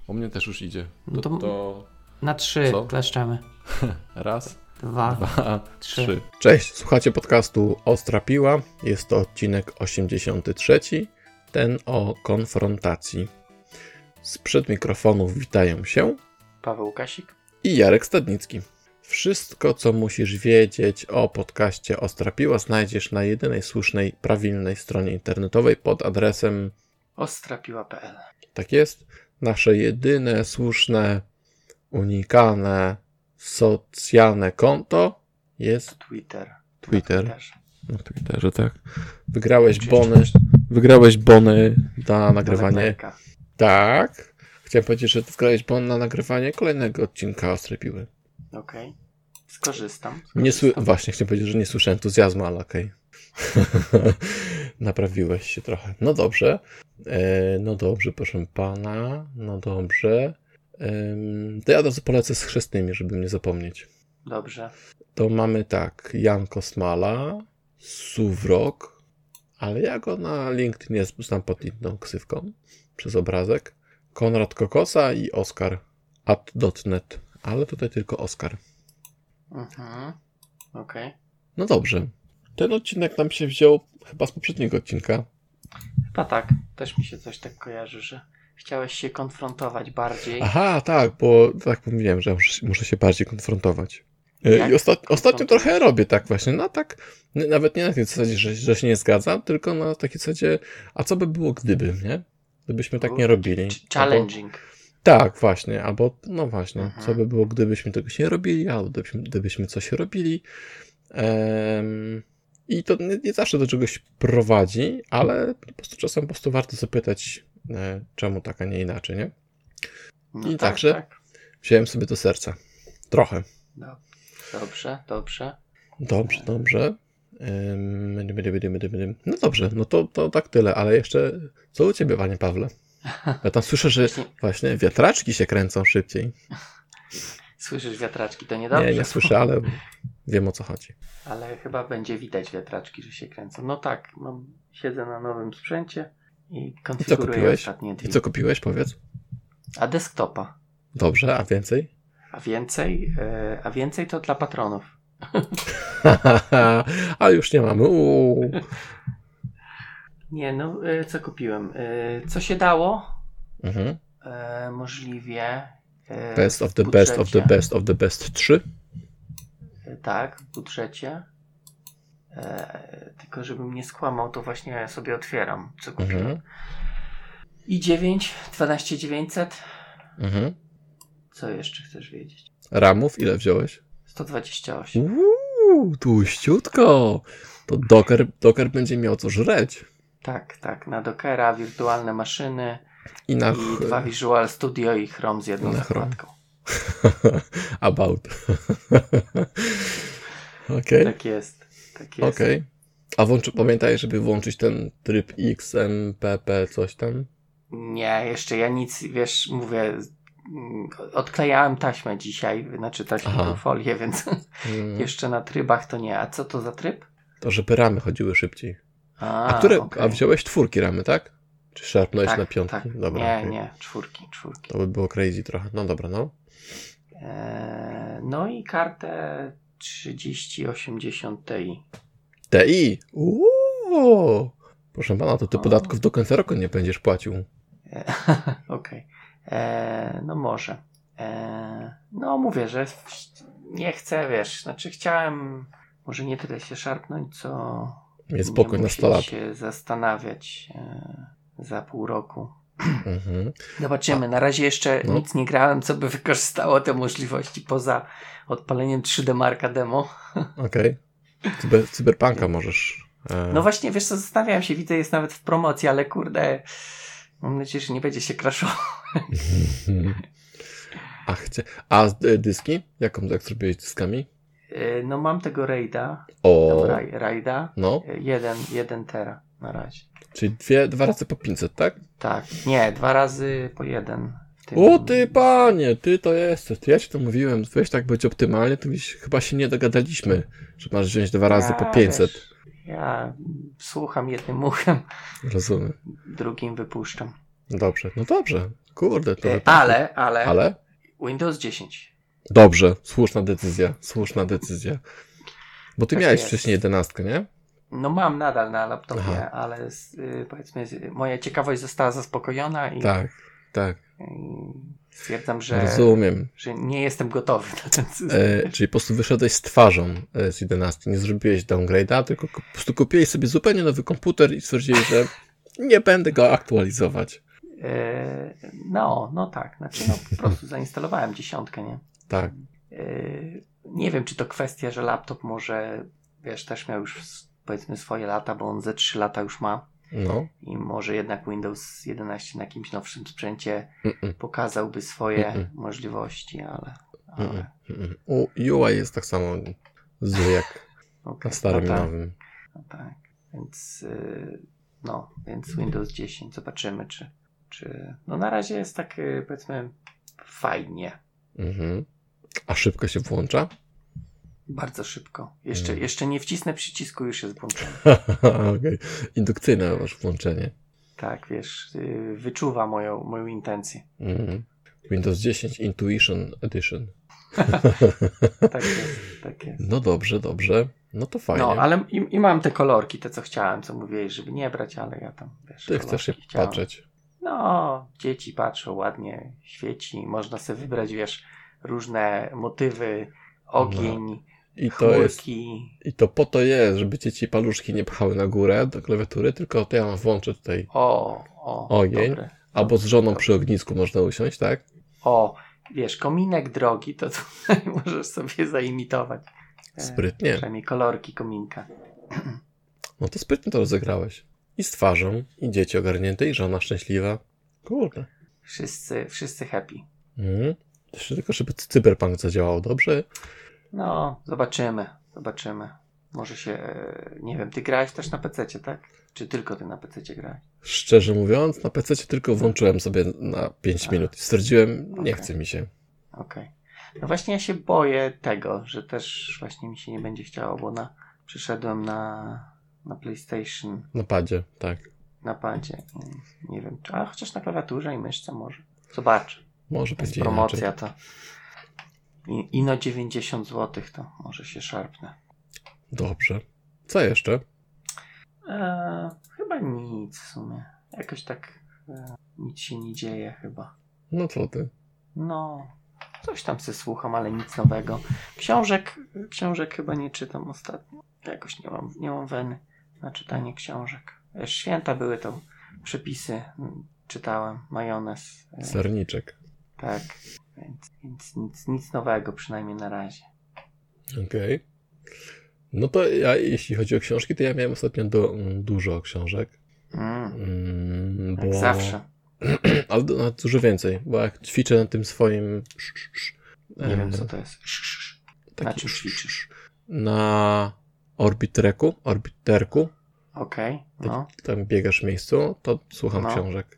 U mnie też już idzie. No to na 3 kleszczemy. Raz, 2, 3. Cześć, słuchacie podcastu Ostra Piła. Jest to odcinek 83, ten o konfrontacji. Sprzed mikrofonów witają się Paweł Kasik i Jarek Stadnicki. Wszystko, co musisz wiedzieć o podcaście Ostra Piła, znajdziesz na jedynej słusznej, prawilnej stronie internetowej pod adresem ostrapiła.pl. Tak jest. Nasze jedyne, słuszne, unikalne, socjalne konto jest Twitter. Na Twitterze, tak. Wygrałeś bony na nagrywanie. Tak. Chciałem powiedzieć, że wygrałeś bon na nagrywanie kolejnego odcinka Ostrej Piły. Okej. Skorzystam. Właśnie, chciałem powiedzieć, że nie słyszę entuzjazmu, ale okej. Naprawiłeś się trochę. No dobrze. Proszę pana. No dobrze. To ja od razu polecę z chrzestnymi, żeby nie zapomnieć. Dobrze. To mamy tak. Jan Kosmala, Suwrok, ale ja go na LinkedInie znam pod inną ksywką przez obrazek. Konrad Kokosa i Oskar @.net, ale tutaj tylko Oskar. Okej. No dobrze. Ten odcinek nam się wziął chyba z poprzedniego odcinka. Chyba tak. Też mi się coś tak kojarzy, że chciałeś się konfrontować bardziej. Aha, tak, bo tak mówiłem, że muszę się bardziej konfrontować. I ostatnio trochę robię tak właśnie. No tak, nawet nie na tej zasadzie, że się nie zgadzam, tylko na takiej zasadzie, a co by było gdyby, nie? Gdybyśmy tak nie robili. Challenging. Tak, właśnie, albo no właśnie, co by było, gdybyśmy tego nie robili, albo gdybyśmy coś robili. I to nie zawsze do czegoś prowadzi, ale po prostu czasem po prostu warto zapytać, czemu tak, a nie inaczej, nie? No I tak, także tak. wziąłem sobie do serca. Trochę. Dobrze. Dobrze. No dobrze, no to tak tyle, ale jeszcze co u ciebie, panie Pawle? Ja tam słyszę, że właśnie wiatraczki się kręcą szybciej. Słyszysz wiatraczki, to niedobrze. Nie słyszę, ale wiem, o co chodzi. Ale chyba będzie widać wiatraczki, że się kręcą. No tak, siedzę na nowym sprzęcie i konfiguruję ostatnie dwie. I co kupiłeś, powiedz? A desktopa. Dobrze, a więcej? A więcej to dla patronów. Ale już nie mamy. Nie, co kupiłem? Co się dało? Możliwie. Best of the best of the best of the best 3? Tak, w budżecie. Tylko żebym nie skłamał, to właśnie ja sobie otwieram, co kupiłem. i9 12900. Co jeszcze chcesz wiedzieć? Ramów ile wziąłeś? 128. Tłuściutko. To Docker będzie miał co żreć. Tak. Na Dockera, wirtualne maszyny i 2 Visual Studio i Chrome z jedną zakładką. About. Okay. Tak jest. Okay. A pamiętaj, żeby włączyć ten tryb XMPP coś tam? Nie, jeszcze ja nic, wiesz, mówię, odklejałem taśmę dzisiaj, folię, więc jeszcze na trybach to nie. A co to za tryb? To, żeby ramy chodziły szybciej. A wziąłeś 4 ramy, tak? Czy szarpnąłeś na 5? Tak. Dobra, nie, 4. To by było crazy trochę. No dobra, no. No i kartę 3080 Ti. Ti? Proszę pana, to ty podatków do końca roku nie będziesz płacił. Okej. No może. No mówię, że nie chcę, wiesz, chciałem może nie tyle się szarpnąć, co mieć spokój na 100 lat. się zastanawiać za pół roku. Zobaczymy. Na razie jeszcze nic nie grałem, co by wykorzystało te możliwości poza odpaleniem 3D Marka demo. Okej. Cyberpunka możesz. No właśnie, wiesz co, zastanawiałem się, widzę, jest nawet w promocji, ale kurde, mam nadzieję, że nie będzie się crashował. A dyski? Jak zrobiłeś dyskami? No mam tego Raida. Raida. No. 1 tera na razie. Czyli 2 razy po 500, tak? Tak. Nie, 2 razy po 1. O ty panie, ty to jesteś. Ja ci to mówiłem, weź tak być optymalnie, to chyba się nie dogadaliśmy, że masz wziąć 2 razy po 500. Wiesz, ja słucham jednym uchem. Rozumiem. Drugim wypuszczam. Dobrze, no dobrze. Kurde, to ale Windows 10. Dobrze, słuszna decyzja. Bo ty Tak miałeś jest. wcześniej 11, nie? No mam nadal na laptopie, Aha. ale powiedzmy moja ciekawość została zaspokojona i Tak. stwierdzam, że Rozumiem. nie jestem gotowy na ten system. Czyli po prostu wyszedłeś z twarzą z 11. Nie zrobiłeś downgrade'a, tylko po prostu kupiłeś sobie zupełnie nowy komputer i stwierdziłeś, że nie będę go aktualizować. No tak. Znaczy, po prostu zainstalowałem 10, nie? Tak. Nie wiem, czy to kwestia, że laptop może, wiesz, też miał już powiedzmy swoje lata, bo on ze 3 lata już ma. No. I może jednak Windows 11 na jakimś nowszym sprzęcie pokazałby swoje możliwości, ale... UI jest tak samo zły jak na starym i nowym. No tak, więc Windows 10 zobaczymy, czy... No na razie jest tak, powiedzmy, fajnie. A szybko się włącza? Bardzo szybko. Jeszcze nie wcisnę przycisku, już jest włączony. Okay. Indukcyjne masz włączenie. Tak, wiesz, wyczuwa moją intencję. Windows 10 Intuition Edition. Tak jest. No dobrze. No to fajnie. No, ale i mam te kolorki, te co chciałem, co mówiłeś, żeby nie brać, ale ja tam, wiesz... Ty chcesz się chciałem. patrzeć. No, dzieci patrzą, ładnie świeci, można sobie wybrać, wiesz, różne motywy, ogień, chmurki. I to po to jest, żeby dzieci paluszki nie pchały na górę do klawiatury, tylko to ja włączę tutaj ogień, dobre. albo z żoną przy ognisku można usiąść, tak? Wiesz, kominek drogi, to tutaj możesz sobie zaimitować. Sprytnie. Przynajmniej kolorki kominka. No to sprytnie to rozegrałeś. I z twarzą, i dzieci ogarnięte, i żona szczęśliwa. Kurde. Wszyscy happy. Jeszcze tylko, żeby cyberpunk zadziałał dobrze. No, zobaczymy. Może się, nie wiem, ty grałeś też na PC-cie, tak? Czy tylko ty na PC-cie grałeś? Szczerze mówiąc, na PC-cie tylko włączyłem sobie na 5 minut i stwierdziłem, nie chce mi się. Okej. No właśnie ja się boję tego, że też właśnie mi się nie będzie chciało, bo przyszedłem na PlayStation. Na padzie, tak. Na padzie. Nie wiem, a chociaż na klawiaturze i myszce może. Zobaczę. Może będzie promocja inaczej. To. Ino 90 zł to może się szarpnę. Dobrze. Co jeszcze? Chyba nic w sumie. Jakoś tak nic się nie dzieje chyba. No co ty? No, coś tam sobie słucham, ale nic nowego. Książek chyba nie czytam ostatnio. Jakoś nie mam weny na czytanie książek. Wiesz, święta były, to przepisy czytałem, majonez. Serniczek. Tak, więc nic nowego, przynajmniej na razie. Okej. No to ja, jeśli chodzi o książki, to ja miałem ostatnio dużo książek. Jak zawsze. Ale dużo więcej, bo jak ćwiczę na tym swoim... Nie wiem, co to jest. Na czym ćwiczysz? Na Orbiterku. Okej, no. Tam biegasz w miejscu, to słucham książek.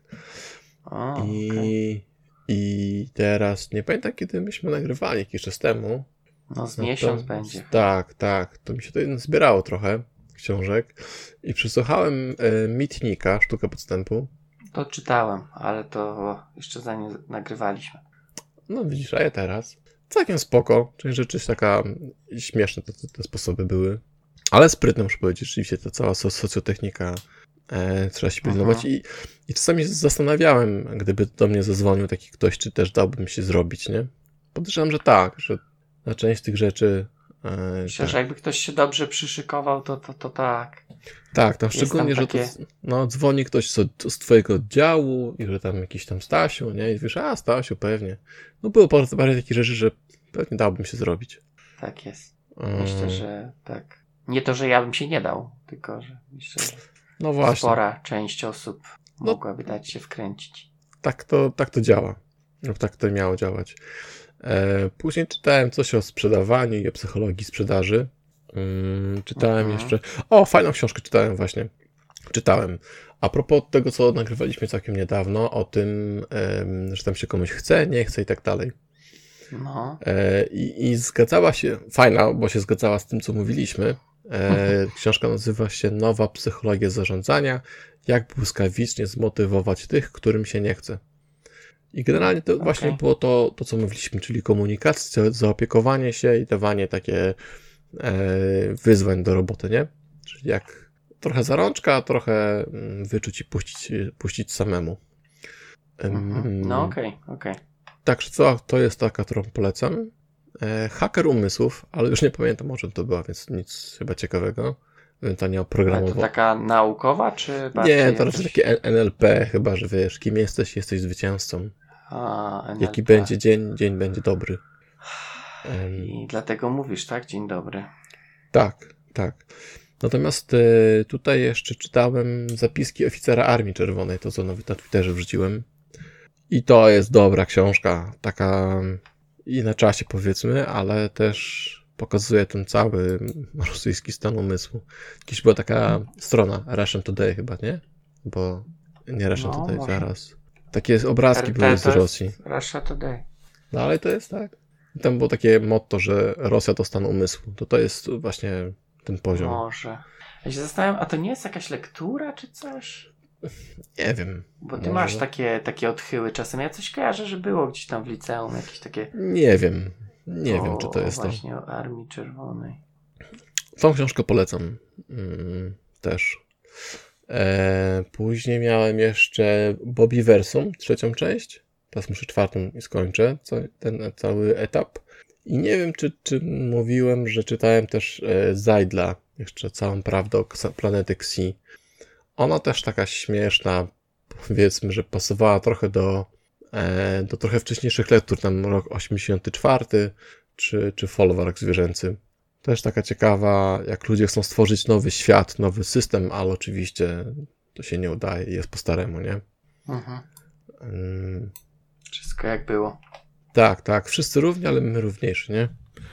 I teraz, nie pamiętam, kiedy myśmy nagrywali jakiś czas temu. No z miesiąc będzie. Tak. To mi się to zbierało trochę książek. I przesłuchałem Mitnika, Sztuka Podstępu. To czytałem, ale to jeszcze zanim nagrywaliśmy. No widzisz, a ja teraz. Całkiem spoko. Część rzeczy jest taka śmieszne, te sposoby były. Ale sprytne, muszę powiedzieć. Rzeczywiście ta cała socjotechnika trzeba się pilnować. I czasami się zastanawiałem, gdyby do mnie zadzwonił taki ktoś, czy też dałby mi się zrobić, nie? Podejrzewam, że tak, że na część tych rzeczy... Myślę, że jakby ktoś się dobrze przyszykował, to tak. Tak, tam szczególnie, że to dzwoni ktoś z twojego oddziału i że tam jakiś tam Stasiu, nie? I wiesz, Stasiu, pewnie. No było parę takich rzeczy, że pewnie dałbym się zrobić. Tak jest. Myślę, że tak. Nie to, że ja bym się nie dał, tylko że myślę, że no właśnie. Spora część osób mogłaby dać się wkręcić. Tak to działa. Lub tak to miało działać. Później czytałem coś o sprzedawaniu i o psychologii sprzedaży. Czytałem jeszcze... fajną książkę czytałem. A propos tego, co nagrywaliśmy całkiem niedawno, o tym, że tam się komuś chce, nie chce i tak dalej. No. I zgadzała się, fajna, bo się zgadzała z tym, co mówiliśmy. Książka nazywa się Nowa psychologia zarządzania. Jak błyskawicznie zmotywować tych, którym się nie chce. I generalnie to właśnie było to, co mówiliśmy, czyli komunikacja, zaopiekowanie się i dawanie takie wyzwań do roboty, nie? Czyli jak trochę za rączka, a trochę wyczuć i puścić samemu. No okej. Także co, to jest taka, którą polecam. Haker umysłów, ale już nie pamiętam, o czym to była, więc nic chyba ciekawego. To nie oprogramował. To taka naukowa, czy bardziej? Nie, to raczej takie NLP, chyba, że wiesz, kim jesteś zwycięzcą. NLP. Jaki będzie dzień będzie dobry. I dlatego mówisz, tak? Dzień dobry. Tak. Natomiast tutaj jeszcze czytałem zapiski oficera Armii Czerwonej, to co nawet na Twitterze wrzuciłem. I to jest dobra książka, taka i na czasie powiedzmy, ale też pokazuje ten cały rosyjski stan umysłu. Kiedyś była taka strona Russian Today chyba, nie? Bo nie Russian Today, może. Zaraz. Takie obrazki były z Rosji. Russia Today. No ale to jest tak. I tam było takie motto, że Rosja to stan umysłu. To jest właśnie ten poziom. Może. Ja się zastanawiam, a to nie jest jakaś lektura czy coś? Nie wiem. Bo ty masz takie odchyły czasem. Ja coś kojarzę, że było gdzieś tam w liceum jakieś takie... Nie wiem, czy to jest właśnie o Armii Czerwonej. Tą książkę polecam też. Później miałem jeszcze Bobbyversum, 3. część. Teraz muszę 4. i skończę ten cały etap. I nie wiem, czy mówiłem, że czytałem też Zajdla, jeszcze całą prawdę o planety Xi. Ona też taka śmieszna, powiedzmy, że pasowała trochę do trochę wcześniejszych lektur, tam rok 84 czy Folwark zwierzęcy. Też taka ciekawa, jak ludzie chcą stworzyć nowy świat, nowy system, ale oczywiście to się nie udaje i jest po staremu, nie? Mhm. Wszystko jak było. Tak. Wszyscy równi, ale my równiejsi, nie?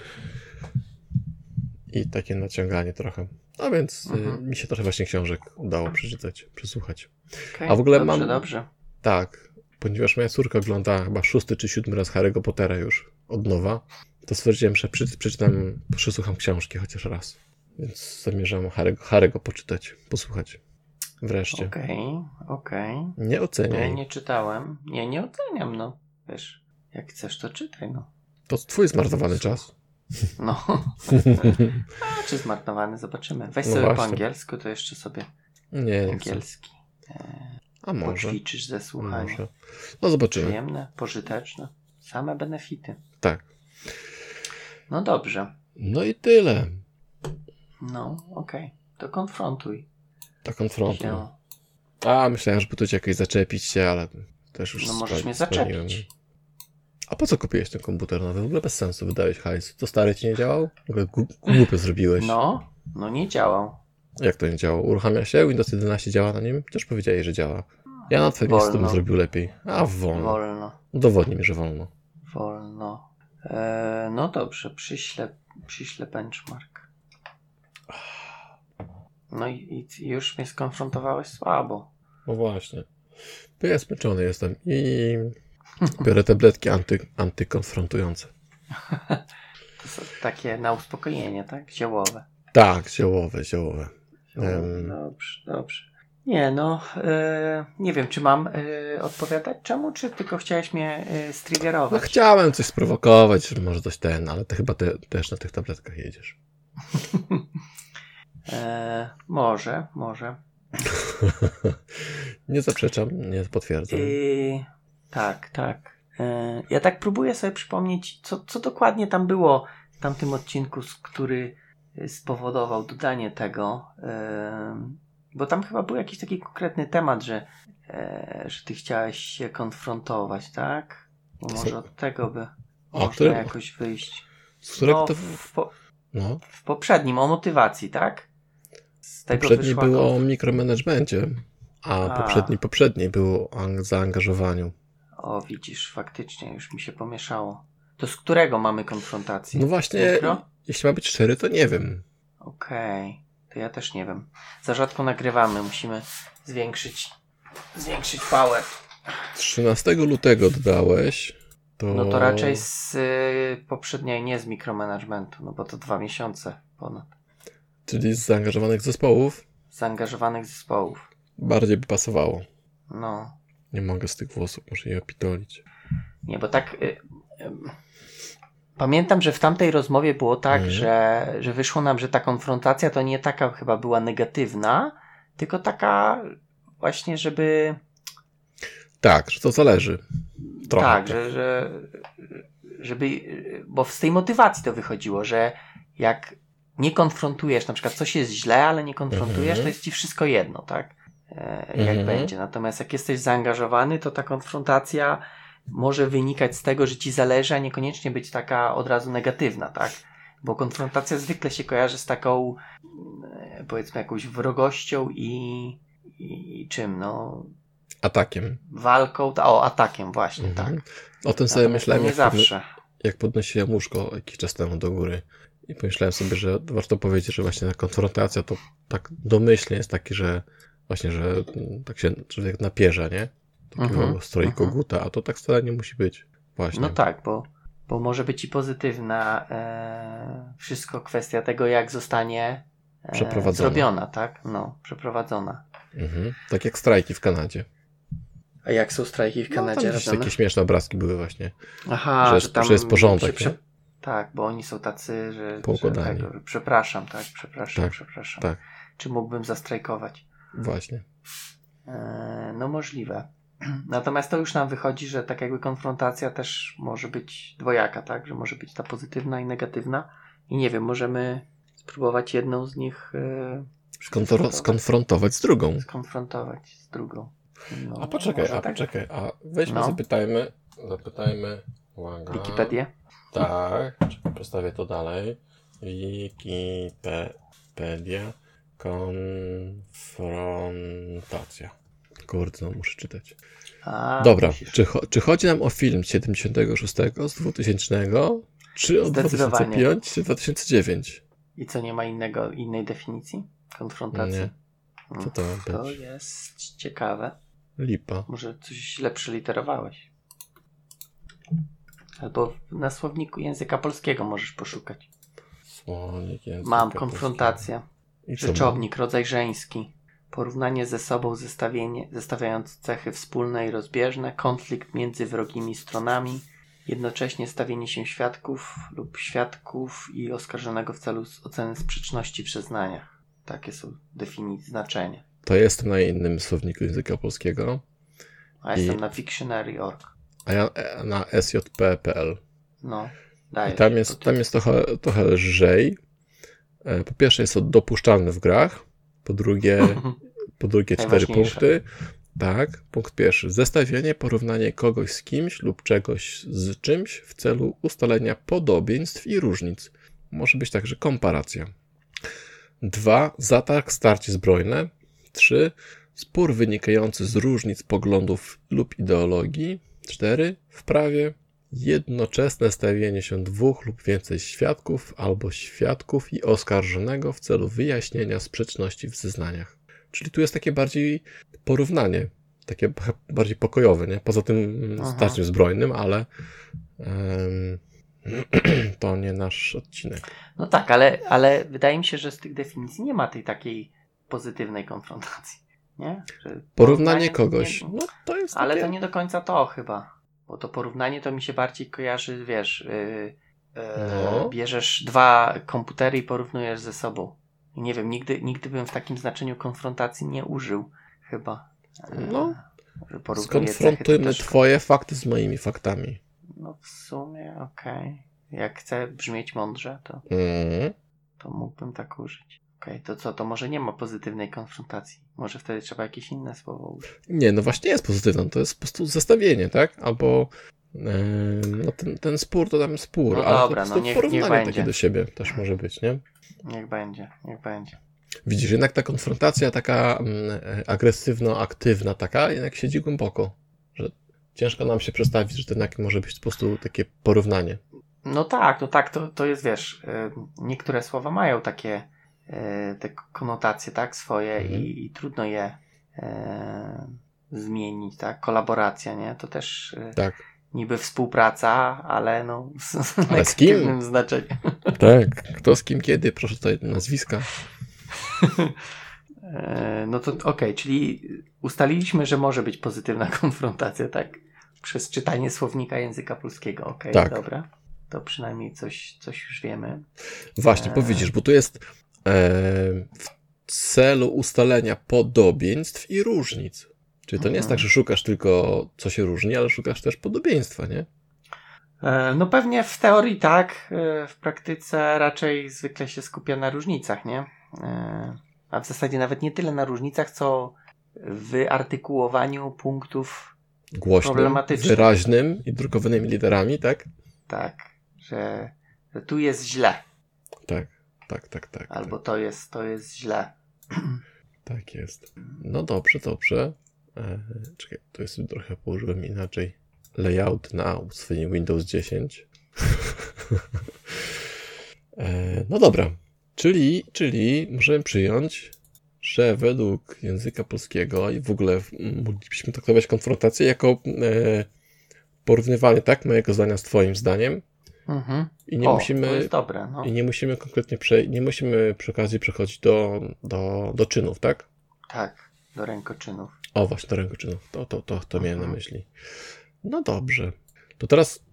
I takie naciąganie trochę. No więc mi się trochę właśnie książek udało przeczytać, przesłuchać. Okay, a w ogóle dobrze. Tak, ponieważ moja córka ogląda chyba 6. czy 7. raz Harry'ego Pottera już od nowa, to stwierdziłem, że przesłucham książki chociaż raz. Więc zamierzam Harry'ego poczytać, posłuchać. Wreszcie. Okej. Nie oceniaj. Ja nie czytałem. Nie oceniam, no. Wiesz, jak chcesz, to czytaj, no. To twój zmarnowany czas. No. Czy zmarnowany? Zobaczymy. Weź sobie właśnie. Po angielsku, to jeszcze sobie nie angielski. A może. Poćwiczysz ze słuchaniem. Może. No zobaczymy. Przyjemne, pożyteczne. Same benefity. Tak. No dobrze. No i tyle. No, okej. To konfrontuj. Się. A, myślałem, żeby tu cię jakoś zaczepić się, ale też już możesz mnie zaczepić. A po co kupiłeś ten komputer nowy? W ogóle bez sensu wydałeś hajs. To stary ci nie działał? W ogóle głupio zrobiłeś. No nie działał. Jak to nie działał? Uruchamia się? Windows 11 działa na nim? Też powiedziałeś, że działa. Ja na twoim miejscu bym zrobił lepiej. A, wolno. Udowodnij mi, że wolno. No dobrze, przyślę benchmark. No i już mnie skonfrontowałeś słabo. No właśnie. Bo ja zmęczony jestem i biorę tabletki antykonfrontujące. To są takie na uspokojenie, tak? Ziołowe. Tak, ziołowe. Dobrze. Nie, nie wiem, czy mam odpowiadać czemu, czy tylko chciałeś mnie striggerować? No chciałem coś sprowokować, że może coś ale ty chyba też na tych tabletkach jedziesz. Może. Nie zaprzeczam, nie potwierdzam. Tak. Ja tak próbuję sobie przypomnieć, co dokładnie tam było w tamtym odcinku, który spowodował dodanie tego, bo tam chyba był jakiś taki konkretny temat, że ty chciałeś się konfrontować, tak? Bo może od tego by można jakoś wyjść. Z którego w poprzednim, o motywacji, tak? Poprzedni było o mikromanagemencie, a poprzedni było o zaangażowaniu. O, widzisz, faktycznie już mi się pomieszało. To z którego mamy konfrontację? No właśnie, jeśli ma być szczery, to nie wiem. Okej, to ja też nie wiem. Za rzadko nagrywamy, musimy zwiększyć power. 13 lutego dodałeś. No to raczej z poprzedniej, nie z mikromanagementu, no bo to 2 miesiące ponad. Czyli z zaangażowanych zespołów? Zaangażowanych zespołów. Bardziej by pasowało. No. Nie mogę z tych włosów, muszę je opitolić. Nie, bo tak... Pamiętam, że w tamtej rozmowie było tak, że wyszło nam, że ta konfrontacja to nie taka chyba była negatywna, tylko taka właśnie, żeby... Tak, że to zależy. Trochę. Tak, żeby... Bo z tej motywacji to wychodziło, że jak nie konfrontujesz, na przykład coś jest źle, ale nie konfrontujesz, to jest ci wszystko jedno, tak? Jak będzie. Natomiast jak jesteś zaangażowany, to ta konfrontacja może wynikać z tego, że ci zależy, a niekoniecznie być taka od razu negatywna, tak? Bo konfrontacja zwykle się kojarzy z taką, powiedzmy, jakąś wrogością i czym, no... Atakiem. Walką, atakiem właśnie, tak. O tym sobie Natomiast myślałem, nie zawsze. jak podnosiłem łóżko jakiś czas temu do góry. I pomyślałem sobie, że warto powiedzieć, że właśnie ta konfrontacja to tak domyślnie jest taki, że właśnie, że tak się człowiek napierza, nie? Takiego stroi koguta, a to tak wcale nie musi być. Właśnie. No tak, bo może być i pozytywna wszystko kwestia tego, jak zostanie zrobiona, tak? No, przeprowadzona. Tak jak strajki w Kanadzie. A jak są strajki w Kanadzie? Tam takie śmieszne obrazki były właśnie. Aha, że jest porządek, nie? Tak, bo oni są tacy, że przepraszam. Tak. Czy mógłbym zastrajkować? Właśnie. No możliwe. Natomiast to już nam wychodzi, że tak jakby konfrontacja też może być dwojaka, tak? Że może być ta pozytywna i negatywna. I nie wiem, możemy spróbować jedną z nich skonfrontować z drugą. Skonfrontować z drugą. No, a poczekaj, weźmy, zapytajmy. Uwaga. Wikipedię? Tak, postawię to dalej. Wikipedia. Konfrontacja. Kurde, no muszę czytać. Dobra, czy chodzi nam o film z 76, z 2000, czy od 2005 czy 2009? I co, nie ma innej definicji konfrontacji? Nie. Co to ma być? To jest ciekawe. Lipa. Może coś źle przeliterowałeś. Albo na słowniku języka polskiego możesz poszukać. Słownik języka Mam konfrontacja. Rzeczownik, rodzaj żeński. Porównanie ze sobą, zestawiając cechy wspólne i rozbieżne, konflikt między wrogimi stronami, jednocześnie stawienie się świadków i oskarżonego w celu oceny sprzeczności w zeznaniach. Takie są znaczenia. To jestem na innym słowniku języka polskiego. A jestem na Wiktionary.org. A ja na sjp.pl. No, dajesz. I tam jest trochę lżej. Po pierwsze jest to dopuszczalne w grach. Po drugie 4 punkty. Tak, punkt pierwszy. Zestawienie, porównanie kogoś z kimś lub czegoś z czymś w celu ustalenia podobieństw i różnic. Może być także komparacja. 2. Zatarg, starcie zbrojne. 3. Spór wynikający z różnic poglądów lub ideologii. 4. W prawie. Jednoczesne stawienie się 2 lub więcej świadków albo świadków i oskarżonego w celu wyjaśnienia sprzeczności w zeznaniach. Czyli tu jest takie bardziej porównanie, takie bardziej pokojowe, nie? Poza tym starciem zbrojnym, ale to nie nasz odcinek. No tak, ale wydaje mi się, że z tych definicji nie ma tej takiej pozytywnej konfrontacji, nie? Że porównanie kogoś, no to jest ale takie... to nie do końca to chyba. Bo to porównanie to mi się bardziej kojarzy, wiesz, bierzesz 2 komputery i porównujesz ze sobą. I nie wiem, nigdy bym w takim znaczeniu konfrontacji nie użył, chyba. Skonfrontujmy twoje fakty z moimi faktami. No w sumie okej. Jak chcę brzmieć mądrze, to mógłbym tak użyć. Okej, to co, to może nie ma pozytywnej konfrontacji. Może wtedy trzeba jakieś inne słowo użyć. Nie, no właśnie jest pozytywne. To jest po prostu zestawienie, tak? Albo ten spór to tam spór, no ale dobra, to niech porównanie będzie. takie do siebie też może być, nie? Niech będzie. Widzisz, jednak ta konfrontacja taka agresywno-aktywna taka jednak siedzi głęboko, że ciężko nam się przedstawić, że to jednak może być po prostu takie porównanie. No tak, to jest, wiesz, niektóre słowa mają takie te konotacje, tak, swoje i trudno je zmienić, tak, kolaboracja, nie, to też tak. Niby współpraca, ale no z negatywnym znaczeniem. Tak, kto z kim kiedy, proszę tutaj nazwiska. No to okej, czyli ustaliliśmy, że może być pozytywna konfrontacja, tak? Przez czytanie słownika języka polskiego. Okej, Tak. dobra. To przynajmniej coś już wiemy. Właśnie, powiedzisz, bo tu jest w celu ustalenia podobieństw i różnic. Czyli to nie jest tak, że szukasz tylko co się różni, ale szukasz też podobieństwa, nie? No pewnie w teorii tak, w praktyce raczej zwykle się skupia na różnicach, nie? A w zasadzie nawet nie tyle na różnicach, co w wyartykułowaniu punktów Głośnym, problematycznych. wyraźnym i drukowanymi literami, tak? Tak, że tu jest źle, Tak. albo to jest źle. Tak jest. No dobrze. Czekaj, tu jest trochę położyłem inaczej layout na swoim Windows 10. No dobra. Czyli możemy przyjąć, że według języka polskiego i w ogóle moglibyśmy traktować konfrontację jako porównywanie, tak, mojego zdania z twoim zdaniem. Mhm. I nie musimy. To jest dobre, no. I nie musimy konkretnie nie musimy przy okazji przechodzić do czynów, tak? Tak, do rękoczynów. O, właśnie, do rękoczynów. To miałem na myśli. No dobrze. To teraz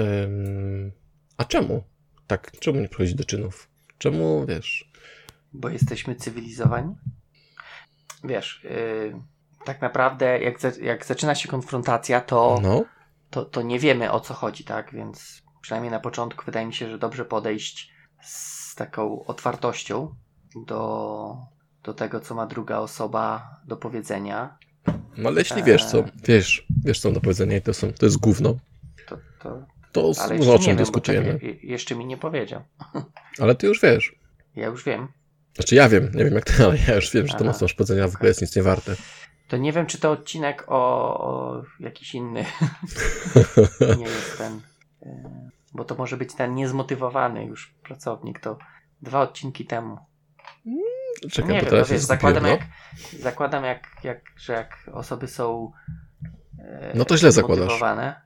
a czemu? Tak, czemu nie przechodzić do czynów? Czemu, wiesz? Bo jesteśmy cywilizowani? Wiesz, tak naprawdę jak zaczyna się konfrontacja, to nie wiemy, o co chodzi, tak? Więc przynajmniej na początku wydaje mi się, że dobrze podejść z taką otwartością do tego, co ma druga osoba do powiedzenia. No ale jeśli wiesz co do powiedzenia i to jest gówno, to ale o czym nie dyskutujemy? Wiem, jeszcze mi nie powiedział. Ale ty już wiesz. Ja już wiem. Znaczy ja wiem, nie wiem jak ty, ale ja już wiem, że to mocno powiedzenia w ogóle jest nic nie warte. To nie wiem, czy to odcinek o jakiś inny nie jest ten, bo to może być ten niezmotywowany już pracownik, to 2 odcinki temu. Czekaj, nie bo wiem, teraz wiesz, jest zakładam, że jak osoby są no to źle zakładasz. zmotywowane.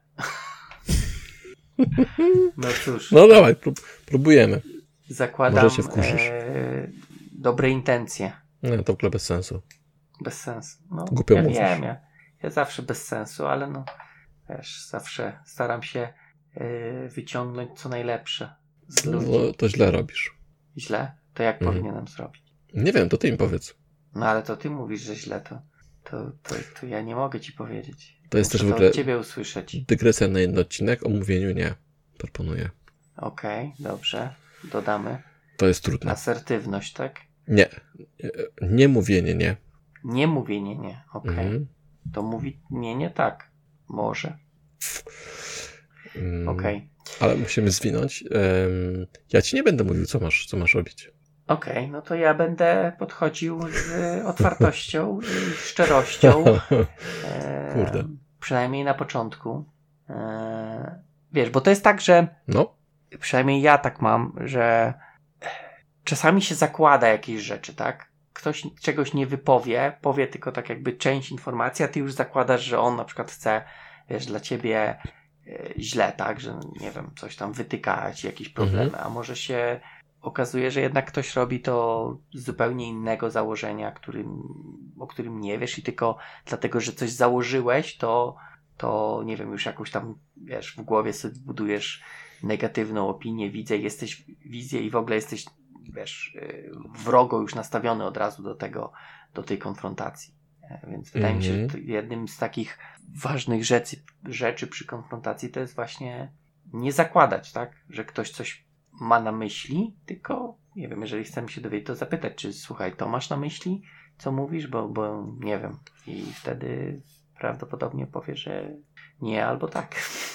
No cóż. No dawaj, próbujemy. Zakładam Może się wkurzysz. Dobre intencje. No to w ogóle bez sensu. Bez sensu. No, Głupio ja mówisz. wiem, ja zawsze bez sensu, ale no wiesz, zawsze staram się wyciągnąć co najlepsze z ludzi. No, to źle robisz. Źle? To jak powinienem zrobić? Nie wiem, to ty im powiedz. No ale to ty mówisz, że źle, to ja nie mogę ci powiedzieć. To jest Muszę też w ogóle od ciebie usłyszeć. dygresja na jeden odcinek, o mówieniu nie. Proponuję. Okej, dobrze. Dodamy. To jest trudne. Asertywność, tak? Nie. Nie mówienie nie. Nie mówienie nie. Okej. To mówienie tak. Może. Okej. Ale musimy zwinąć. Ja ci nie będę mówił, co masz robić. Okej, no to ja będę podchodził z otwartością i szczerością. Kurde. Przynajmniej na początku. Wiesz, bo to jest tak, że przynajmniej ja tak mam, że czasami się zakłada jakieś rzeczy, tak? Ktoś czegoś nie wypowie, powie tylko tak jakby część informacji, a ty już zakładasz, że on na przykład chce, wiesz, dla ciebie źle, tak? Że nie wiem, coś tam wytyka ci jakieś problemy, a może się okazuje, że jednak ktoś robi to z zupełnie innego założenia, o którym nie wiesz i tylko dlatego, że coś założyłeś, to nie wiem, już jakąś tam, wiesz, w głowie sobie budujesz negatywną opinię, wizję i w ogóle jesteś, wiesz, wrogo już nastawiony od razu do tej konfrontacji. Więc wydaje mi się, że jednym z takich ważnych rzeczy przy konfrontacji to jest właśnie nie zakładać, tak, że ktoś coś ma na myśli, tylko nie wiem, jeżeli chcemy się dowiedzieć, to zapytać, czy słuchaj, to masz na myśli, co mówisz, bo nie wiem. I wtedy prawdopodobnie powie, że nie albo tak.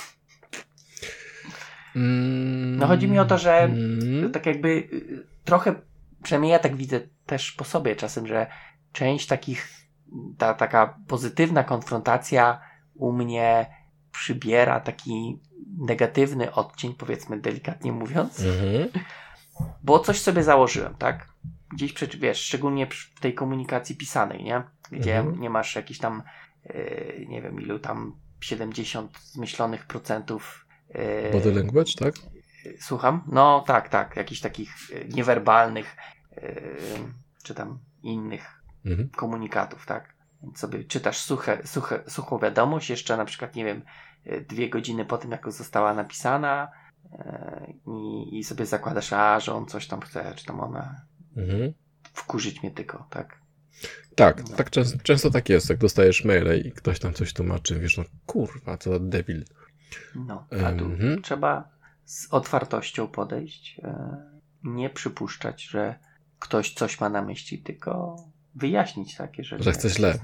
No chodzi mi o to, że tak jakby trochę, przynajmniej ja tak widzę też po sobie czasem, że część takich, taka pozytywna konfrontacja u mnie przybiera taki negatywny odcień, powiedzmy delikatnie mówiąc, bo coś sobie założyłem, tak? Gdzieś, wiesz, szczególnie w tej komunikacji pisanej, nie? Gdzie nie masz jakichś tam, nie wiem ilu tam, 70 zmyślonych procentów body language, tak? Słucham? No tak, jakichś takich niewerbalnych czy tam innych komunikatów, tak? Więc sobie czytasz suchą wiadomość, jeszcze na przykład, nie wiem, 2 godziny po tym, jak została napisana i sobie zakładasz, że on coś tam chce, czy tam ona wkurzyć mnie tylko, tak? Tak, tak często tak jest, jak dostajesz maile i ktoś tam coś tłumaczy, wiesz, no kurwa, co za debil. No, a tu trzeba z otwartością podejść, nie przypuszczać, że ktoś coś ma na myśli, tylko wyjaśnić, tak, jeżeli... Że chce źle.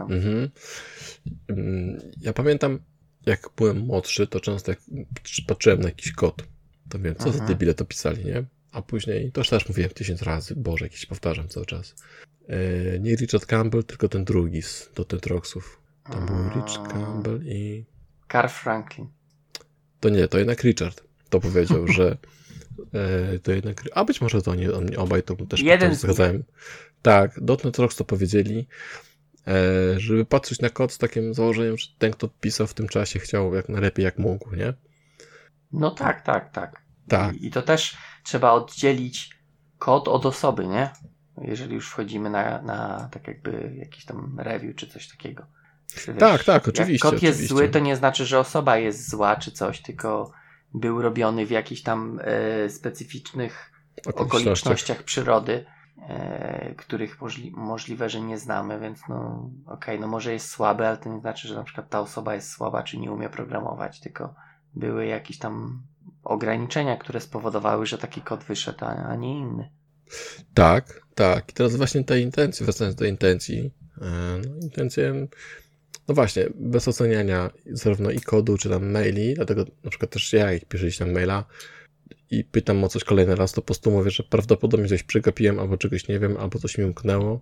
Ja pamiętam, jak byłem młodszy, to często jak patrzyłem na jakiś kod, to wiem, co za debile to pisali, nie? A później, to już też mówiłem 1000 razy, Boże, jakiś powtarzam cały czas. Nie Richard Campbell, tylko ten drugi z Dotnet Rocksów. Tam był Rich Campbell i... Carl Franklin. To nie, to jednak Richard. To powiedział, że to jednak... A być może to oni obaj to też zgadzałem. Tak, Dotnet Rocks to powiedzieli, żeby patrzeć na kod z takim założeniem, że ten, kto pisał w tym czasie, chciał jak najlepiej jak mógł, nie? No tak. Tak. I to też trzeba oddzielić kod od osoby, nie? Jeżeli już wchodzimy na tak jakby jakiś tam review czy coś takiego. Wiesz, tak, oczywiście. Jak kod jest zły, to nie znaczy, że osoba jest zła czy coś, tylko był robiony w jakichś tam specyficznych okolicznościach przyrody, których możliwe, że nie znamy, więc no okej, no może jest słaby, ale to nie znaczy, że na przykład ta osoba jest słaba, czy nie umie programować, tylko były jakieś tam ograniczenia, które spowodowały, że taki kod wyszedł, a nie inny. Tak. I teraz właśnie te intencje, wracając do intencji, intencje, no właśnie, bez oceniania zarówno i kodu, czy tam maili, dlatego na przykład też ja, jak piszę tam maila i pytam o coś kolejny raz, to po prostu mówię, że prawdopodobnie coś przegapiłem, albo czegoś nie wiem, albo coś mi umknęło.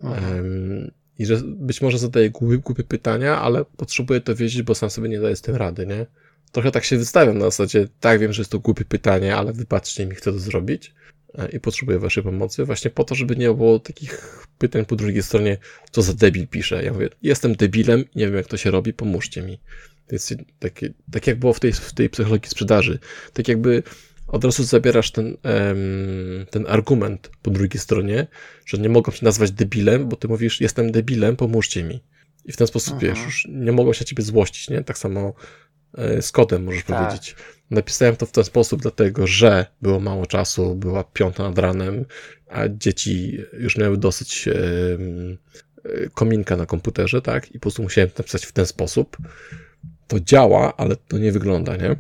I że być może zadaję głupie pytania, ale potrzebuję to wiedzieć, bo sam sobie nie daję z tym rady, nie? Trochę tak się wystawiam na zasadzie, tak, wiem, że jest to głupie pytanie, ale wybaczcie mi, chcę to zrobić i potrzebuję waszej pomocy, właśnie po to, żeby nie było takich pytań po drugiej stronie, co za debil pisze. Ja mówię, jestem debilem, nie wiem, jak to się robi, pomóżcie mi. To jest tak jak było w tej psychologii sprzedaży. Tak jakby od razu zabierasz ten argument po drugiej stronie, że nie mogą się nazwać debilem, bo ty mówisz, jestem debilem, pomóżcie mi. I w ten sposób, wiesz, już nie mogą się na ciebie złościć, nie? Tak samo z kodem możesz powiedzieć. Napisałem to w ten sposób dlatego, że było mało czasu, była 5 nad ranem, a dzieci już miały dosyć kominka na komputerze, tak? I po prostu musiałem to napisać w ten sposób. To działa, ale to nie wygląda, nie?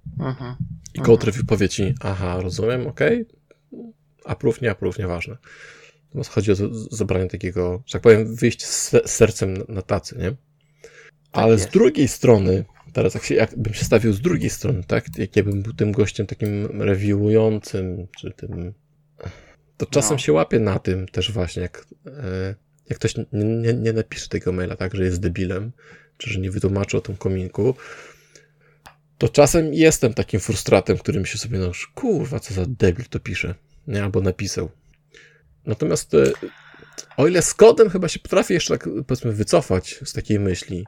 I code review powie ci, aha, rozumiem, okej. Approve, nie approve, nieważne. Natomiast chodzi o zabranie takiego, że tak powiem, wyjść z sercem na tacy, nie? Ale z drugiej strony, teraz jakbym się stawił z drugiej strony, tak? Jak ja bym był tym gościem takim reviewującym, czy tym... To czasem się łapię na tym też właśnie, jak ktoś nie napisze tego maila tak, że jest debilem, czy że nie wytłumaczy o tym kominku, to czasem jestem takim frustratem, który myśli sobie, no kurwa, co za debil to pisze, nie? Albo napisał. Natomiast o ile z kodem chyba się potrafię jeszcze tak, powiedzmy, wycofać z takiej myśli,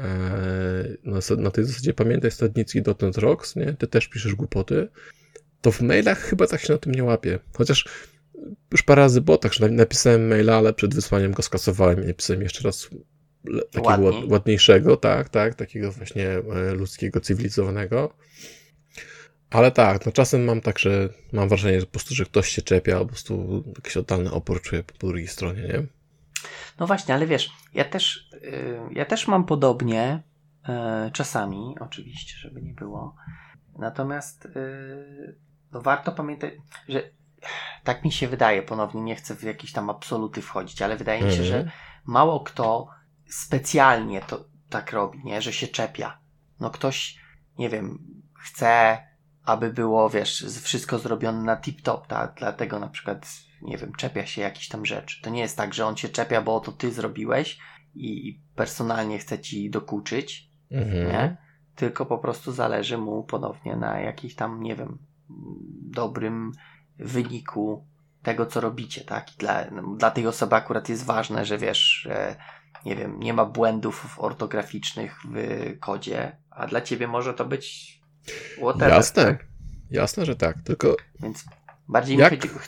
na tej zasadzie pamiętaj Stadnicki Dotnet Rocks, nie? Ty też piszesz głupoty, to w mailach chyba tak się na tym nie łapię. Chociaż już parę razy było tak, że napisałem maila, ale przed wysłaniem go skasowałem i napisałem jeszcze raz takiego ładniejszego, tak, takiego właśnie ludzkiego, cywilizowanego. Ale tak, no czasem mam tak, że mam wrażenie, że po prostu, że ktoś się czepia, albo po prostu jakiś totalny opór czuję po drugiej stronie, nie? No właśnie, ale wiesz, ja też mam podobnie, czasami oczywiście, żeby nie było. Natomiast no warto pamiętać, że tak mi się wydaje, ponownie nie chcę w jakieś tam absoluty wchodzić, ale wydaje mi się, że mało kto specjalnie to tak robi, nie? Że się czepia. No ktoś, nie wiem, chce, aby było, wiesz, wszystko zrobione na tip-top, tak? Dlatego na przykład, nie wiem, czepia się jakiś tam rzecz. To nie jest tak, że on się czepia, bo to ty zrobiłeś i personalnie chce ci dokuczyć, nie? Tylko po prostu zależy mu ponownie na jakiś tam, nie wiem, dobrym wyniku tego, co robicie, tak? I dla tej osoby akurat jest ważne, że wiesz, że nie wiem, nie ma błędów ortograficznych w kodzie, a dla ciebie może to być whatever. Jasne, tak? Jasne, że tak, tylko więc bardziej mi chodzi,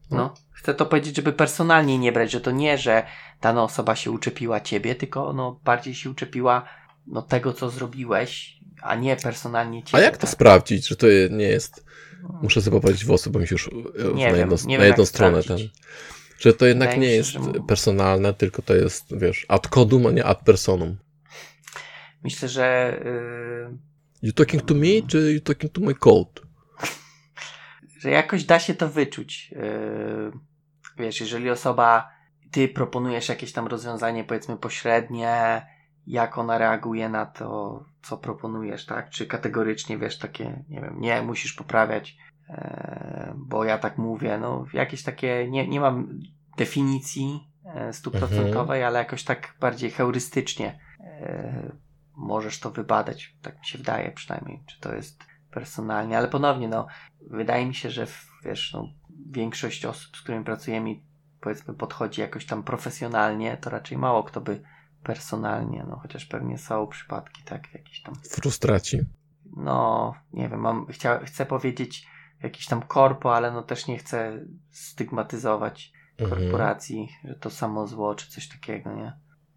No, chcę to powiedzieć, żeby personalnie nie brać, że to nie, że dana osoba się uczepiła ciebie, tylko no bardziej się uczepiła tego, co zrobiłeś, a nie personalnie ciebie. A jak to sprawdzić, że to nie jest... Muszę sobie poprawić włosy, bo mi się już na jedną stronę że to jednak nie jest personalne, tylko to jest, wiesz, ad codum, a nie ad personum. Myślę, że... You talking to me, czy you talking to my code? Że jakoś da się to wyczuć. Wiesz, jeżeli ty proponujesz jakieś tam rozwiązanie, powiedzmy pośrednie, jak ona reaguje na to, co proponujesz, tak? Czy kategorycznie, wiesz, takie, nie wiem, nie, musisz poprawiać, bo ja tak mówię, no jakieś takie, nie mam definicji 100%, ale jakoś tak bardziej heurystycznie możesz to wybadać, tak mi się wydaje przynajmniej, czy to jest personalnie, ale ponownie, wydaje mi się, że wiesz, większość osób, z którymi pracujemy, powiedzmy podchodzi jakoś tam profesjonalnie, to raczej mało kto by personalnie, chociaż pewnie są przypadki, tak, jakieś tam frustraci. Nie wiem, chcę powiedzieć jakiś tam korpo, ale też nie chcę stygmatyzować korporacji, że to samo zło, czy coś takiego, nie?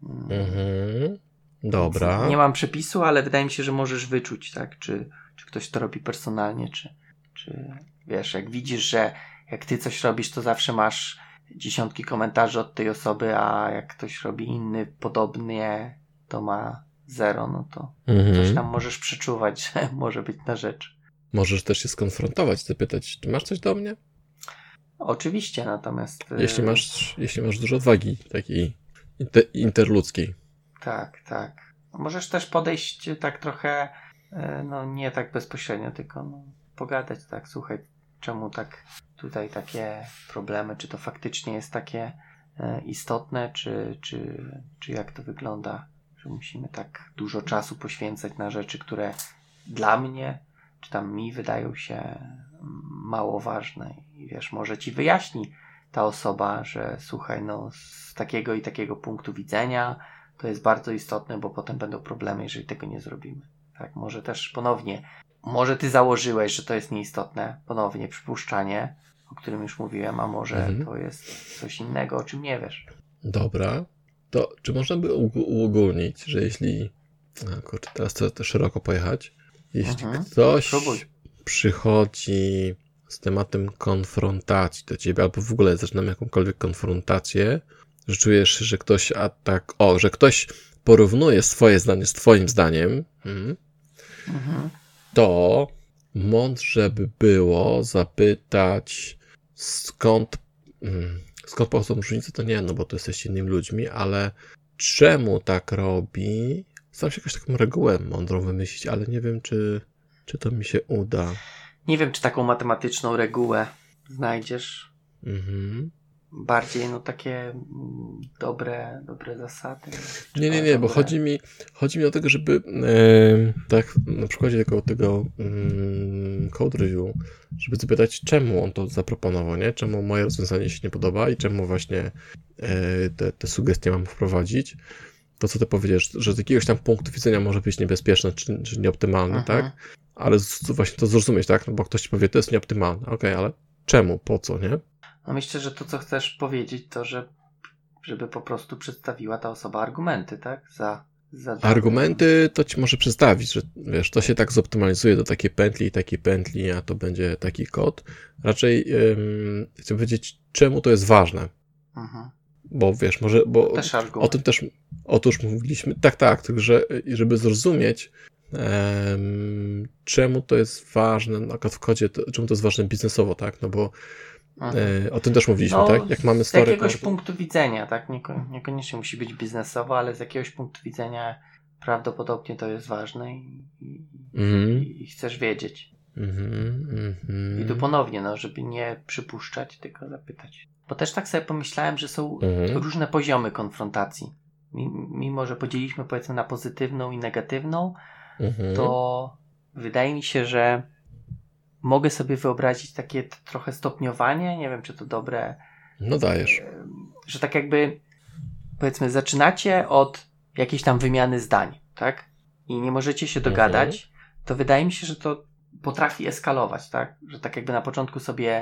Dobra. Nie mam przepisu, ale wydaje mi się, że możesz wyczuć, tak, czy ktoś to robi personalnie, czy wiesz, jak widzisz, że jak ty coś robisz, to zawsze masz dziesiątki komentarzy od tej osoby, a jak ktoś robi inny podobnie, to ma 0, to coś tam możesz przeczuwać, że może być na rzecz. Możesz też się skonfrontować, zapytać, czy masz coś do mnie? Oczywiście, natomiast... Jeśli masz dużo odwagi takiej interludzkiej. Tak. Możesz też podejść tak trochę, nie tak bezpośrednio, tylko pogadać, tak, słuchaj, czemu tak tutaj takie problemy, czy to faktycznie jest takie istotne, czy jak to wygląda, że musimy tak dużo czasu poświęcać na rzeczy, które dla mnie, czy tam mi wydają się mało ważne i wiesz, może ci wyjaśni ta osoba, że słuchaj, z takiego i takiego punktu widzenia to jest bardzo istotne, bo potem będą problemy, jeżeli tego nie zrobimy. Tak, może też ponownie, może ty założyłeś, że to jest nieistotne, ponownie przypuszczanie, o którym już mówiłem, a może to jest coś innego, o czym nie wiesz. Dobra, to czy można by uogólnić, że jeśli, teraz to szeroko pojechać, jeśli ktoś przychodzi z tematem konfrontacji do ciebie, albo w ogóle zaczynamy jakąkolwiek konfrontację, że czujesz, że ktoś że ktoś porównuje swoje zdanie z twoim zdaniem, to mądrze by było zapytać, skąd pochodzą różnice, to nie, bo to jesteście innymi ludźmi, ale czemu tak robi? Staram się jakąś taką regułę mądrą wymyślić, ale nie wiem, czy to mi się uda. Nie wiem, czy taką matematyczną regułę znajdziesz. Bardziej takie dobre zasady. Nie, bo chodzi mi o tego, żeby tak na przykładzie tego code review, żeby zapytać, czemu on to zaproponował, nie? Czemu moje rozwiązanie się nie podoba i czemu właśnie te sugestie mam wprowadzić. To, co ty powiedziesz, że z jakiegoś tam punktu widzenia może być niebezpieczne czy nieoptymalne, tak? Ale właśnie to zrozumieć, tak? Bo ktoś ci powie, to jest nieoptymalne. Okej, ale czemu? Po co, nie? Myślę, że to, co chcesz powiedzieć, to, żeby po prostu przedstawiła ta osoba argumenty, tak? Argumenty to ci może przedstawić, że wiesz, to się tak zoptymalizuje do takiej pętli, a to będzie taki kod. Raczej chcę powiedzieć, czemu to jest ważne. Bo wiesz, bo też o tym też otóż mówiliśmy, tak, tylko że żeby zrozumieć, czemu to jest ważne, na przykład w kodzie, czemu to jest ważne biznesowo, tak? Bo o tym też mówiliśmy, tak? Jak mamy z jakiegoś punktu widzenia, tak? Niekoniecznie musi być biznesowo, ale z jakiegoś punktu widzenia prawdopodobnie to jest ważne i chcesz wiedzieć. I tu ponownie, żeby nie przypuszczać, tylko zapytać. Bo też tak sobie pomyślałem, że są różne poziomy konfrontacji. Mimo, że podzieliliśmy powiedzmy na pozytywną i negatywną, to wydaje mi się, że mogę sobie wyobrazić takie trochę stopniowanie, nie wiem, czy to dobre. No dajesz. Że tak jakby, powiedzmy, zaczynacie od jakiejś tam wymiany zdań, tak? I nie możecie się dogadać, to wydaje mi się, że to potrafi eskalować, tak? Że tak jakby na początku sobie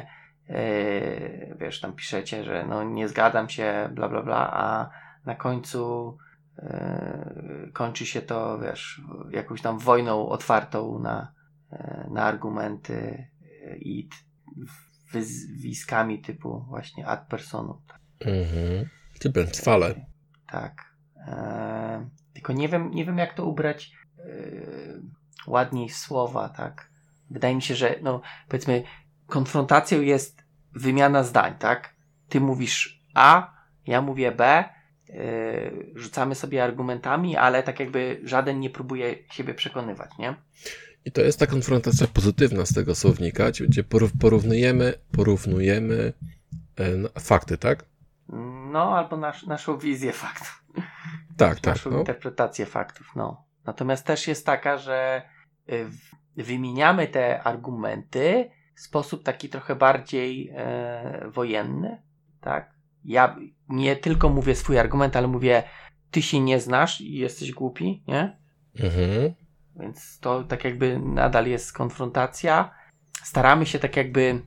wiesz, tam piszecie, że no nie zgadzam się, bla, bla, bla, a na końcu kończy się to, wiesz, jakąś tam wojną otwartą na argumenty i wyzwiskami typu właśnie ad personum. Typem trwale. Tak. Tylko nie wiem jak to ubrać ładniej w słowa, tak? Wydaje mi się, że no powiedzmy konfrontacją jest wymiana zdań, tak? Ty mówisz A, ja mówię B, rzucamy sobie argumentami, ale tak jakby żaden nie próbuje siebie przekonywać, nie? I to jest ta konfrontacja pozytywna z tego słownika, gdzie porównujemy fakty, tak? No, albo naszą wizję faktów. Tak, Naszą interpretację faktów, no. Natomiast też jest taka, że wymieniamy te argumenty w sposób taki trochę bardziej wojenny, tak? Ja nie tylko mówię swój argument, ale mówię, ty się nie znasz i jesteś głupi, nie? Więc to tak jakby nadal jest konfrontacja. Staramy się tak jakby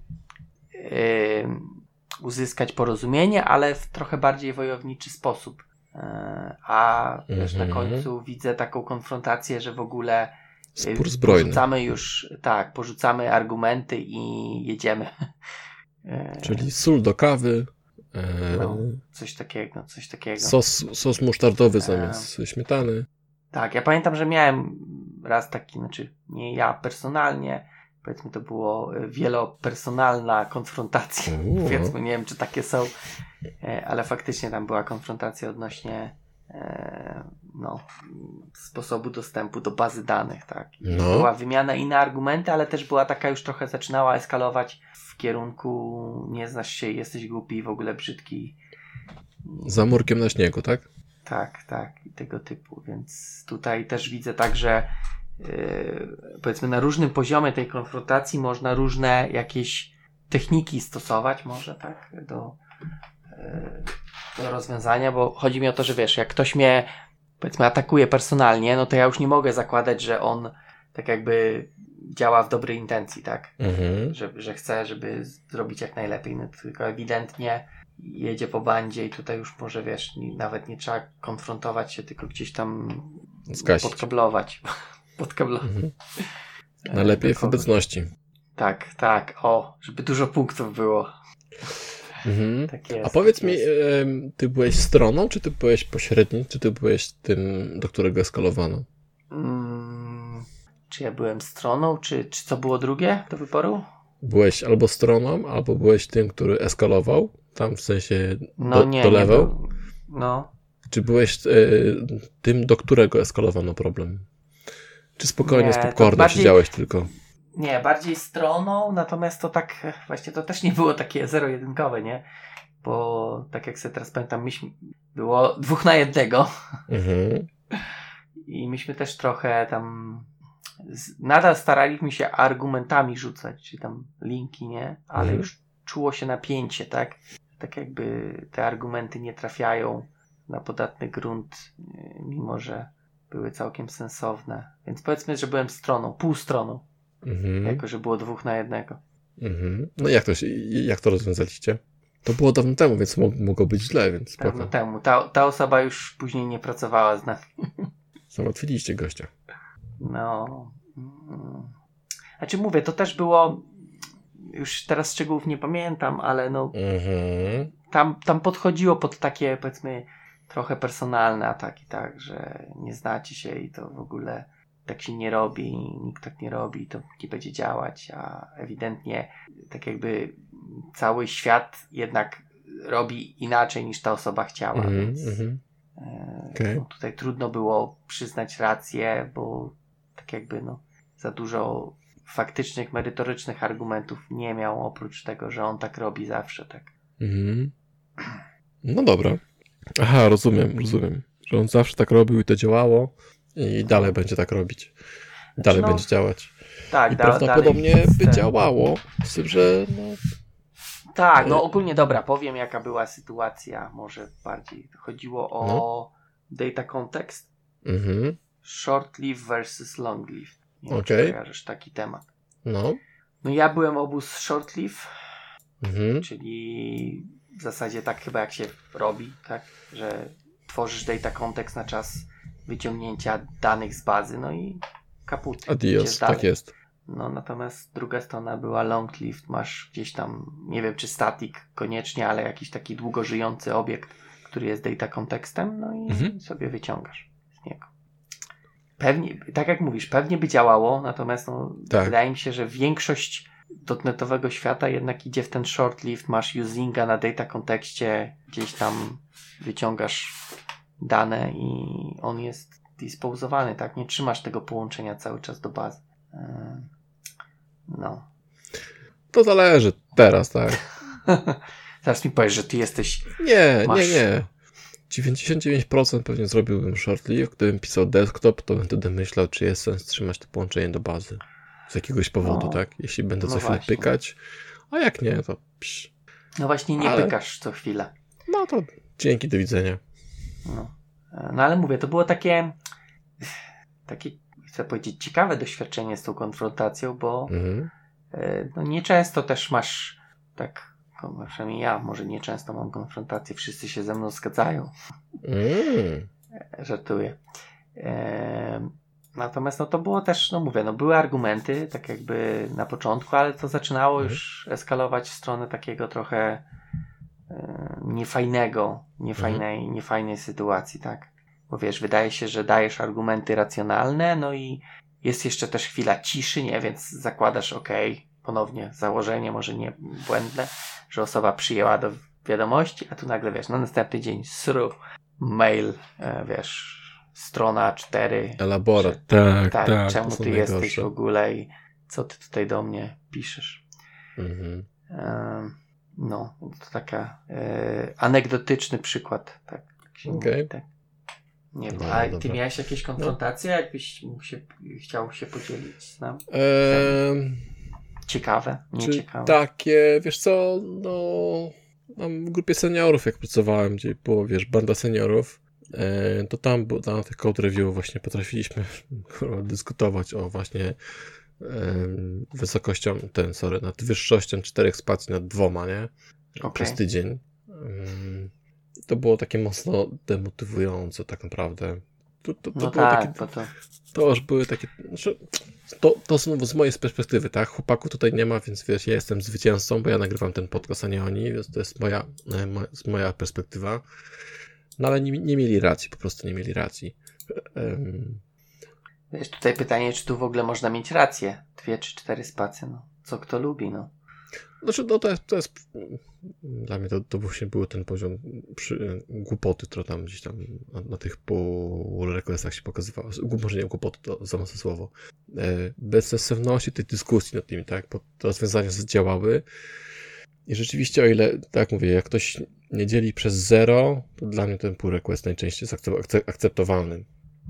uzyskać porozumienie, ale w trochę bardziej wojowniczy sposób. A wiesz, na końcu widzę taką konfrontację, że w ogóle spór zbrojny. Porzucamy argumenty i jedziemy. Czyli sól do kawy. Coś takiego. Sos musztardowy zamiast śmietany. Tak, ja pamiętam, że miałem raz taki, znaczy nie ja personalnie, powiedzmy to było wielopersonalna konfrontacja. Powiedzmy, nie wiem czy takie są, ale faktycznie tam była konfrontacja odnośnie sposobu dostępu do bazy danych, tak. Była wymiana i na argumenty, ale też była taka już trochę zaczynała eskalować w kierunku nie znasz się, jesteś głupi i w ogóle brzydki. Za murkiem na śniegu, tak? Tak, i tego typu, więc tutaj też widzę tak, że powiedzmy na różnym poziomie tej konfrontacji można różne jakieś techniki stosować może, tak, do rozwiązania, bo chodzi mi o to, że wiesz, jak ktoś mnie powiedzmy atakuje personalnie, no to ja już nie mogę zakładać, że on tak jakby działa w dobrej intencji, tak, że chce, żeby zrobić jak najlepiej, no tylko ewidentnie jedzie po bandzie i tutaj już może, wiesz, nawet nie trzeba konfrontować się, tylko gdzieś tam podkablować. Najlepiej w obecności. Tak. Żeby dużo punktów było. Tak jest. A powiedz mi, ty byłeś stroną, czy ty byłeś pośrednim, czy ty byłeś tym, do którego eskalowano? Czy ja byłem stroną, czy co było drugie do wyboru? Byłeś albo stroną, albo byłeś tym, który eskalował, tam w sensie dolewał? No. Czy byłeś tym, do którego eskalowano problem? Czy spokojnie, z popcornem siedziałeś tylko? Nie, bardziej stroną, natomiast to tak, właśnie to też nie było takie zero-jedynkowe, nie? Bo tak jak sobie teraz pamiętam, było 2 na 1. I myśmy też trochę tam nadal staraliśmy się argumentami rzucać, czy tam linki, nie? Ale już czuło się napięcie, tak? Tak jakby te argumenty nie trafiają na podatny grunt, mimo że były całkiem sensowne. Więc powiedzmy, że byłem stroną, półstroną. Jako, że było 2 na 1. No jak to rozwiązaliście? To było dawno temu, więc mogło być źle, więc spoko. Dawno temu. Ta osoba już później nie pracowała z nami. Załatwiliście gościa. No. Znaczy mówię, to też było, już teraz szczegółów nie pamiętam, ale no tam podchodziło pod takie, powiedzmy, trochę personalne ataki, tak, że nie znacie się i to w ogóle tak się nie robi, nikt tak nie robi, to nie będzie działać, a ewidentnie tak jakby cały świat jednak robi inaczej niż ta osoba chciała, więc no, tutaj trudno było przyznać rację, bo tak jakby za dużo faktycznych, merytorycznych argumentów nie miał, oprócz tego, że on tak robi zawsze, tak. No dobra. Aha, rozumiem, że on zawsze tak robił i to działało i dalej będzie tak robić. Dalej będzie działać. Tak, i prawdopodobnie by działało, z tym, że tak, ogólnie dobra, powiem jaka była sytuacja, może bardziej. Chodziło o data context, short live versus long live. Nie wiem, czy kojarzysz taki temat. No ja byłem obóz short live, Czyli w zasadzie tak chyba jak się robi, tak, że tworzysz data context na czas wyciągnięcia danych z bazy, no i kaput. Adios, tak jest. No natomiast druga strona była long lived, masz gdzieś tam, nie wiem czy static koniecznie, ale jakiś taki długo żyjący obiekt, który jest data contextem, no i sobie wyciągasz z niego. Pewnie, tak jak mówisz, pewnie by działało, natomiast wydaje mi się, że większość dotnetowego świata jednak idzie w ten short lived, masz usinga na data kontekście, gdzieś tam wyciągasz dane i on jest disposowany, tak? Nie trzymasz tego połączenia cały czas do bazy. No. To zależy teraz, tak? Teraz mi powiesz, że ty jesteś... Nie. 99% pewnie zrobiłbym short lived. Gdybym pisał desktop, to bym wtedy myślał, czy jest sens trzymać to połączenie do bazy. Z jakiegoś powodu, tak? Jeśli będę co chwilę pykać, a jak nie, to psz. No właśnie nie pykasz co chwilę. No to dzięki, do widzenia. No ale mówię, to było takie chcę powiedzieć, ciekawe doświadczenie z tą konfrontacją, bo no nieczęsto też masz tak, przynajmniej ja może nieczęsto mam konfrontację, wszyscy się ze mną zgadzają. Żartuję. Natomiast no to było też, no mówię, no były argumenty, tak jakby na początku, ale to zaczynało już eskalować w stronę takiego trochę niefajnej sytuacji, tak? Bo wiesz, wydaje się, że dajesz argumenty racjonalne, no i jest jeszcze też chwila ciszy, nie? Więc zakładasz, ponownie założenie, może nie błędne, że osoba przyjęła do wiadomości, a tu nagle, wiesz, następny dzień mail, wiesz, strona 4. Elaborat, tak. Czemu ty jesteś w ogóle i co ty tutaj do mnie piszesz? No, to taka anegdotyczny przykład, tak. Tak. Nie wiem, a ty miałeś jakieś konfrontacje, jakbyś chciał się podzielić z nami? Ciekawe, nieciekawe. Takie, wiesz co, no w grupie seniorów, jak pracowałem, gdzie było, wiesz, banda seniorów, to tam na tych code review właśnie potrafiliśmy dyskutować o właśnie wysokością, nad wyższością 4 spacji nad 2, nie? Przez tydzień. To było takie mocno demotywujące tak naprawdę. To już były takie... To znowu z mojej perspektywy, tak? Chłopaków tutaj nie ma, więc wiesz, ja jestem zwycięzcą, bo ja nagrywam ten podcast, a nie oni, więc to jest moja perspektywa. No ale nie mieli racji, po prostu nie mieli racji. Wiesz, tutaj pytanie, czy tu w ogóle można mieć rację? 2 czy 4 spacje, no. Co kto lubi, no. Znaczy, to jest dla mnie to właśnie był ten poziom głupoty, która tam gdzieś tam na tych pull requestach się pokazywała. Może nie głupoty, to za mocne słowo. Bezsensowności tej dyskusji nad tymi, tak? Bo te rozwiązania zadziałały i rzeczywiście, o ile, tak mówię, jak ktoś nie dzieli przez 0, to dla mnie ten pull request najczęściej jest akceptowalny.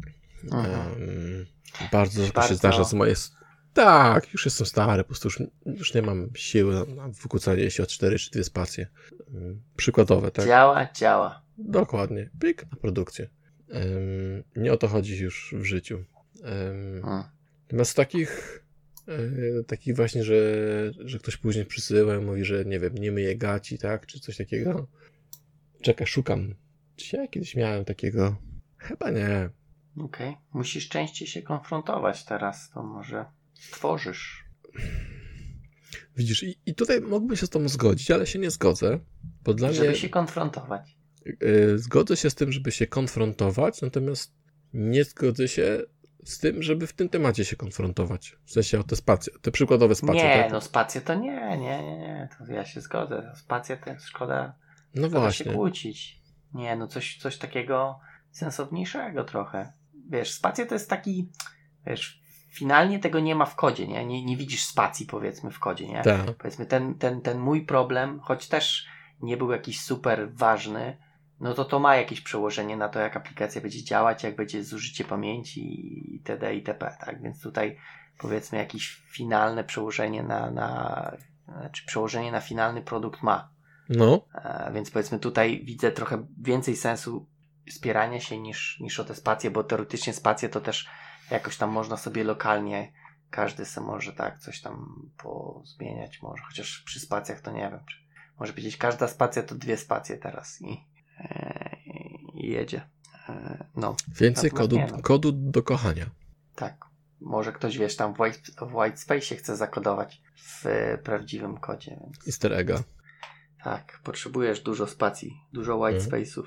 Bardzo to się zdarza z mojej... Tak, już jestem stary, po prostu już nie mam siły na wykłócanie się o 4 czy 2 spacje. Przykładowe, tak? Działa. Dokładnie. Pik na produkcję. Nie o to chodzi już w życiu. Natomiast takich właśnie, że ktoś później przysyła i mówi, że nie wiem, nie myje gaci, tak? Czy coś takiego. Czekaj, szukam. Czy ja kiedyś miałem takiego? Chyba nie. Okej. Musisz częściej się konfrontować teraz, to może tworzysz. Widzisz, i tutaj mógłbym się z tobą zgodzić, ale się nie zgodzę, bo dla mnie... Żeby się konfrontować. Zgodzę się z tym, żeby się konfrontować, natomiast nie zgodzę się z tym, żeby w tym temacie się konfrontować. W sensie o te spacje, te przykładowe spacje. Nie, tak? no spacje to nie. To ja się zgodzę. Spacje to szkoda właśnie. się kłócić. Nie, no coś takiego sensowniejszego trochę. Wiesz, spacje to jest taki, wiesz, finalnie tego nie ma w kodzie, nie widzisz spacji, powiedzmy, w kodzie, nie? Tak. Powiedzmy, ten mój problem, choć też nie był jakiś super ważny, no to ma jakieś przełożenie na to, jak aplikacja będzie działać, jak będzie zużycie pamięci itd. itp., tak? Więc tutaj, powiedzmy, jakieś finalne przełożenie przełożenie na finalny produkt ma. No. Więc powiedzmy, tutaj widzę trochę więcej sensu spierania się niż o te spacje, bo teoretycznie spacje to też jakoś tam można sobie lokalnie każdy se może tak coś tam pozmieniać może, chociaż przy spacjach to nie wiem, czy może powiedzieć każda spacja to 2 spacje teraz i jedzie. No. Więcej Natomiast kodu do kochania. Tak. Może ktoś, wiesz, tam w white space chce zakodować w prawdziwym kodzie. Więc... Easter egga. Tak, potrzebujesz dużo spacji, dużo white space'ów.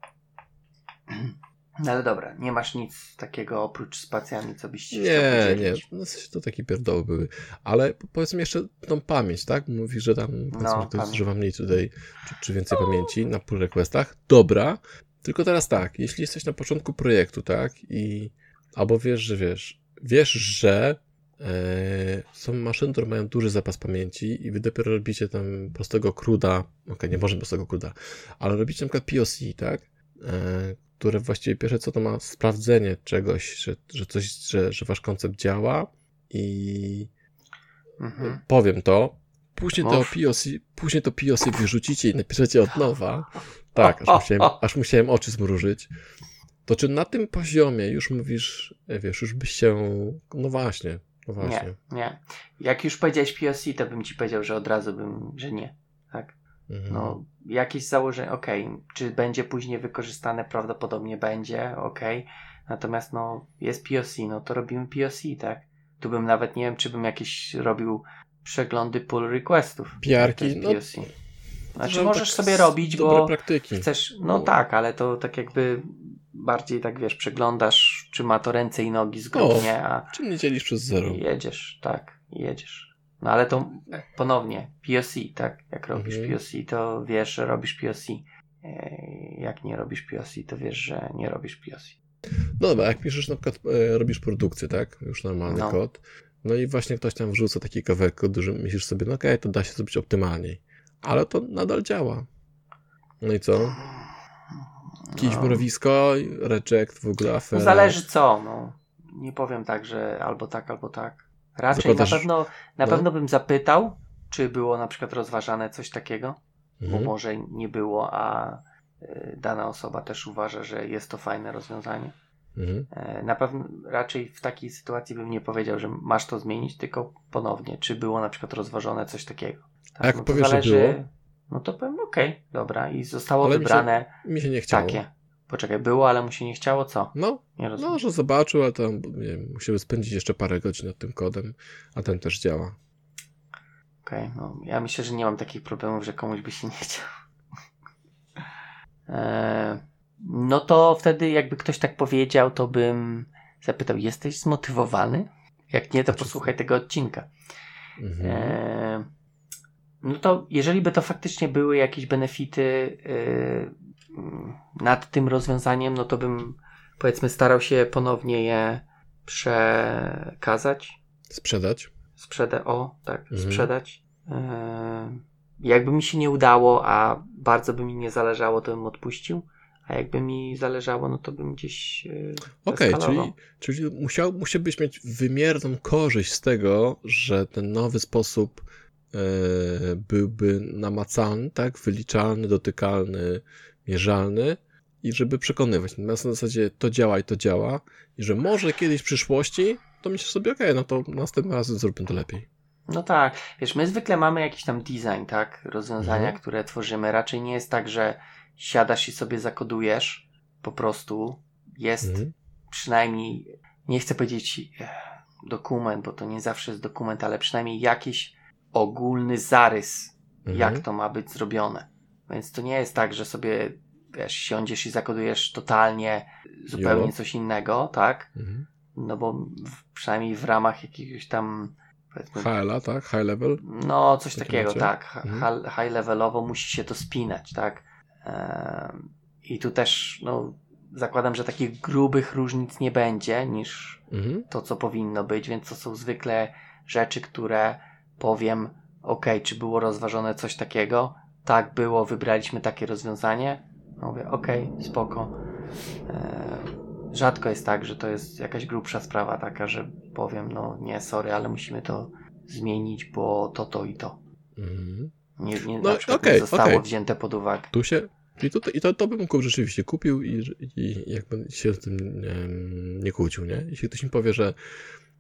No ale dobra, nie masz nic takiego oprócz spacjami, co byś chciał podzielić? Nie. No, to takie pierdoły były. Ale powiedzmy jeszcze tą pamięć, tak? Mówisz, że tam powiedzmy, że ktoś zużywa mniej tutaj, czy więcej pamięci na pull requestach. Dobra, tylko teraz tak, jeśli jesteś na początku projektu, tak? Albo wiesz, że są maszyny, które mają duży zapas pamięci i wy dopiero robicie tam prostego CRUD'a, nie może prostego CRUD'a, ale robicie na przykład POC, tak? Które właściwie pierwsze co to ma sprawdzenie czegoś, że wasz koncept działa i powiem to, później to POC wyrzucicie i napiszecie od nowa. Tak, aż musiałem oczy zmrużyć. To czy na tym poziomie już mówisz, już byś się... No właśnie. Nie. Jak już powiedziałeś POC, to bym ci powiedział, że od razu że nie. Tak? No, jakieś założenie, czy będzie później wykorzystane, prawdopodobnie będzie, natomiast jest POC, to robimy POC, tak? Tu bym nawet, nie wiem, czy bym jakieś robił przeglądy pull requestów. PR-ki, POC. Znaczy możesz sobie robić, bo praktyki. chcesz, tak, ale to tak jakby bardziej tak, przeglądasz, czy ma to ręce i nogi zgodnie, a... Czym nie dzielisz przez 0. Jedziesz. No ale to ponownie POC, tak? Jak robisz POC, to wiesz, że robisz POC. Jak nie robisz POC, to wiesz, że nie robisz POC. No dobra, jak piszesz na przykład, robisz produkcję, tak? Już normalny kod. No i właśnie ktoś tam wrzuca taki kawałek kodu, że myślisz sobie, to da się zrobić optymalniej. Ale to nadal działa. No i co? Jakieś mrowisko, reject, w ogóle afera. Zależy co, Nie powiem tak, że albo tak, albo tak. Raczej na pewno bym zapytał, czy było na przykład rozważane coś takiego, bo może nie było, a dana osoba też uważa, że jest to fajne rozwiązanie. Na pewno raczej w takiej sytuacji bym nie powiedział, że masz to zmienić, tylko ponownie, czy było na przykład rozważone coś takiego. Tak, a jak powiesz, że było? No to powiem, dobra, i zostało wybrane mi się nie chciało. takie. Poczekaj, było, ale mu się nie chciało, co? Nie rozumiem. Że zobaczył, ale tam musiałby spędzić jeszcze parę godzin nad tym kodem, a ten też działa. Ja myślę, że nie mam takich problemów, że komuś by się nie chciał. No to wtedy jakby ktoś tak powiedział, to bym zapytał, jesteś zmotywowany? Jak nie, to posłuchaj tego odcinka. No to jeżeli by to faktycznie były jakieś benefity nad tym rozwiązaniem, no to bym powiedzmy starał się ponownie je przekazać. Sprzedać. Sprzedać. Jakby mi się nie udało, a bardzo by mi nie zależało, to bym odpuścił. A jakby mi zależało, no to bym gdzieś czyli musiałbyś mieć wymierną korzyść z tego, że ten nowy sposób byłby namacalny, tak? Wyliczalny, dotykalny, mierzalny i żeby przekonywać. Natomiast na zasadzie to działa i że może kiedyś w przyszłości to myślę sobie, no to następnym razem zróbmy to lepiej. No tak, my zwykle mamy jakiś tam design, tak? Rozwiązania, które tworzymy. Raczej nie jest tak, że siadasz i sobie zakodujesz. Po prostu jest przynajmniej, nie chcę powiedzieć dokument, bo to nie zawsze jest dokument, ale przynajmniej jakiś ogólny zarys, jak to ma być zrobione. Więc to nie jest tak, że sobie siądziesz i zakodujesz totalnie zupełnie coś innego, tak? No bo przynajmniej w ramach jakiegoś tam HL, tak? High level? No, coś takiego, tak. High levelowo musi się to spinać, tak? I tu też, zakładam, że takich grubych różnic nie będzie niż to, co powinno być, więc to są zwykle rzeczy, które powiem, czy było rozważone coś takiego? Tak było, wybraliśmy takie rozwiązanie. Mówię, spoko. Rzadko jest tak, że to jest jakaś grubsza sprawa taka, że powiem, nie, sorry, ale musimy to zmienić, bo to i to. Nie, na przykład nie zostało wzięte pod uwagę. To bym rzeczywiście kupił i jakby się z tym nie kłócił, nie? Jeśli ktoś mi powie, że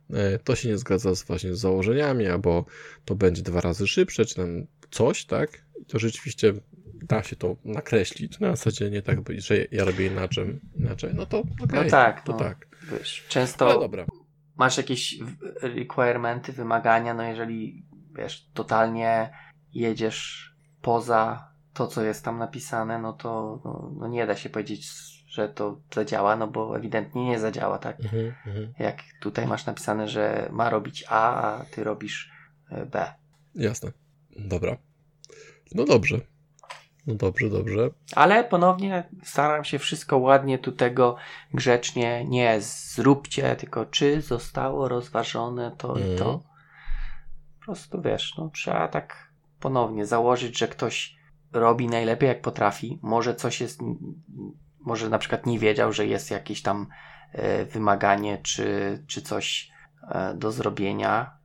to się nie zgadza właśnie z założeniami, albo to będzie 2 razy szybsze, czy tam coś, tak? I to rzeczywiście da się to nakreślić. Na zasadzie nie tak, że ja robię inaczej, no to okej, No tak, to tak. Wiesz, No często dobra. masz jakieś requirementy, wymagania, no jeżeli, wiesz, totalnie jedziesz poza to, co jest tam napisane, no to no nie da się powiedzieć, że to zadziała, no bo ewidentnie nie zadziała, tak? Jak tutaj masz napisane, że ma robić A, a ty robisz B. Jasne. Dobra. No dobrze. No dobrze. Ale ponownie staram się wszystko ładnie tu tego grzecznie, nie zróbcie, tylko czy zostało rozważone to i to. Po prostu wiesz, no trzeba tak ponownie założyć, że ktoś robi najlepiej jak potrafi. Może coś jest, może na przykład nie wiedział, że jest jakieś tam wymaganie, czy coś do zrobienia.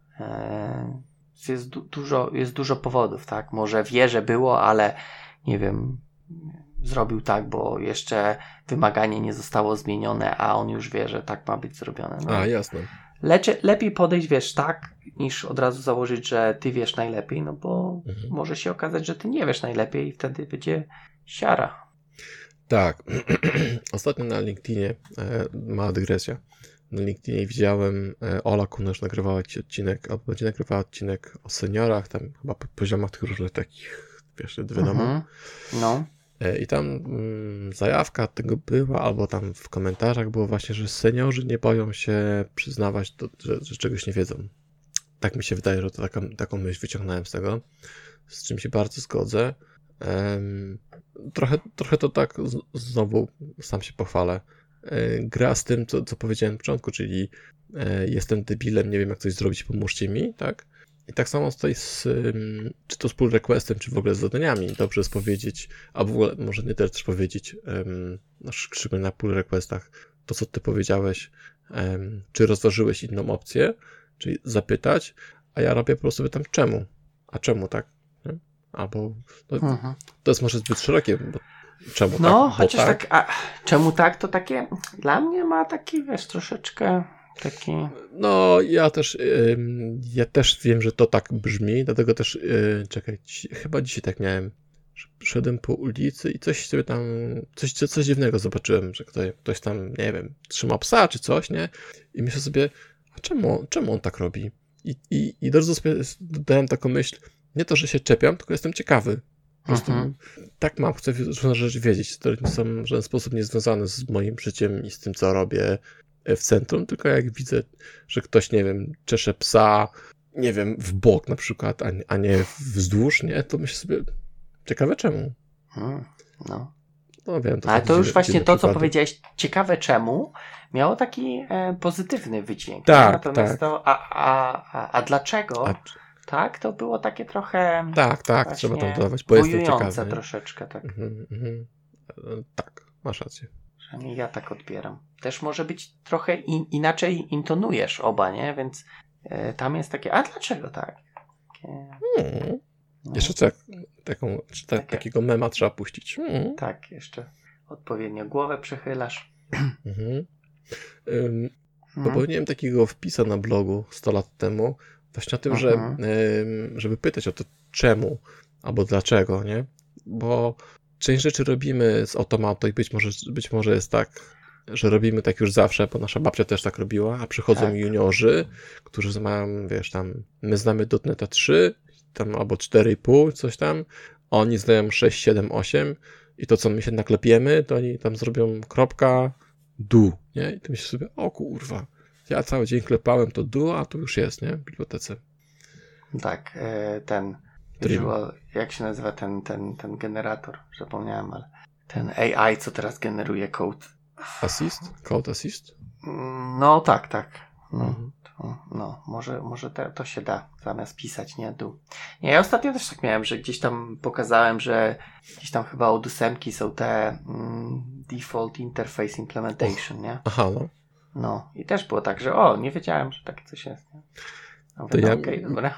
Jest dużo powodów, tak? Może wie, że było, ale nie wiem, zrobił tak, bo jeszcze wymaganie nie zostało zmienione, a on już wie, że tak ma być zrobione. No. Jasne. Lepiej podejść, wiesz, tak, niż od razu założyć, że ty wiesz najlepiej, no bo może się okazać, że ty nie wiesz najlepiej i wtedy będzie siara. Tak. Ostatnio na LinkedInie, mała dygresja, na LinkedInie widziałem, Ola Kunosz nagrywała ci odcinek, albo będzie nagrywała odcinek o seniorach, tam chyba po poziomach tych różnych takich, wiesz, wiadomo. No. I tam zajawka tego była, albo tam w komentarzach było właśnie, że seniorzy nie boją się przyznawać, że czegoś nie wiedzą. Tak mi się wydaje, że to taką myśl wyciągnąłem z tego, z czym się bardzo zgodzę. Trochę to tak, znowu sam się pochwalę, gra z tym, co powiedziałem na początku, czyli jestem debilem, nie wiem jak coś zrobić, pomóżcie mi, tak? I tak samo tutaj czy to z pull requestem, czy w ogóle z zadaniami, dobrze jest powiedzieć, a w ogóle może nie też powiedzieć, szczególnie na pull requestach, to co ty powiedziałeś, czy rozważyłeś inną opcję, czyli zapytać, a ja robię po prostu pytam czemu, a czemu tak, nie? Albo to jest może zbyt szerokie, bo czemu tak? No, chociaż tak, a czemu tak, to takie, dla mnie ma taki, wiesz, troszeczkę taki... No, ja też wiem, że to tak brzmi, dlatego też, czekaj, chyba dzisiaj tak miałem, że szedłem po ulicy i coś sobie tam, coś dziwnego zobaczyłem, że ktoś tam, nie wiem, trzyma psa czy coś, nie? I myślę sobie, a czemu on tak robi? I bardzo sobie dałem taką myśl, nie to, że się czepiam, tylko jestem ciekawy. Po prostu tak chcę różne rzeczy wiedzieć, które nie są w żaden sposób niezwiązane z moim życiem i z tym, co robię w centrum, tylko jak widzę, że ktoś, nie wiem, czesze psa, nie wiem, w bok na przykład, a nie wzdłuż, nie, to myślę sobie, ciekawe czemu. No wiem. Ale to już właśnie to, co powiedziałeś, ciekawe czemu, miało taki pozytywny wydźwięk. Tak, natomiast tak. to, a dlaczego? Tak, to było takie trochę... Tak, trzeba tam dodawać, bo jestem ciekawy. Troszeczkę, tak. Tak, masz rację. Przynajmniej ja tak odbieram. Też może być trochę inaczej intonujesz oba, nie? Więc tam jest takie, a dlaczego tak? Jeszcze takiego mema trzeba puścić. Tak, jeszcze odpowiednio głowę przechylasz. Bo popełniłem takiego wpisa na blogu 100 lat temu, właśnie o tym, żeby pytać o to czemu, albo dlaczego, nie? Bo część rzeczy robimy z automatu i być może jest tak, że robimy tak już zawsze, bo nasza babcia też tak robiła, a przychodzą juniorzy, którzy mają, wiesz, tam, my znamy .NET 3, tam albo 4,5, coś tam, a oni znają 6, 7, 8 i to, co my się naklepiemy, to oni tam zrobią kropka do, nie? I ty myślisz sobie, o kurwa, ja cały dzień klepałem to do, a tu już jest, nie? W bibliotece. Tak, jak się nazywa ten generator? Zapomniałem, ale ten AI, co teraz generuje code. Assist? Code assist? No tak. Może to się da zamiast pisać, nie? Nie, ja ostatnio też tak miałem, że gdzieś tam pokazałem, że gdzieś tam chyba od 8 są te default interface implementation, nie? Aha, no. No i też było tak, że nie wiedziałem, że takie coś jest, nie? Okej, dobra.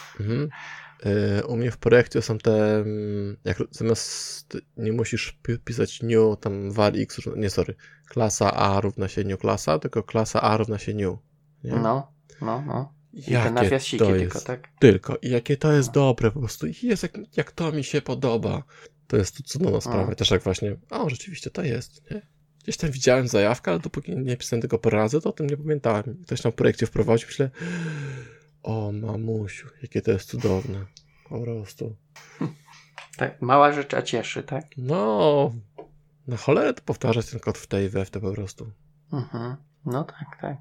U mnie w projekcie są te, jak zamiast nie musisz pisać new, tam var x, klasa A równa się new klasa, tylko klasa A równa się new. Nie? No. No. I te Jakie nawiasiki to tylko, jest, tak? tylko. I jakie to jest dobre po prostu. Jest jak to mi się podoba. To jest cudowna sprawa. Też tak właśnie, rzeczywiście to jest, nie? Gdzieś tam widziałem zajawkę, ale dopóki nie pisałem tego po razy, to o tym nie pamiętałem. Ktoś tam w projekcie wprowadził, myślę, o mamusiu, jakie to jest cudowne. Po prostu. Tak, mała rzecz, a cieszy, tak? No, na cholerę to powtarzać ten kod w tej we w te po prostu. Mhm. No tak.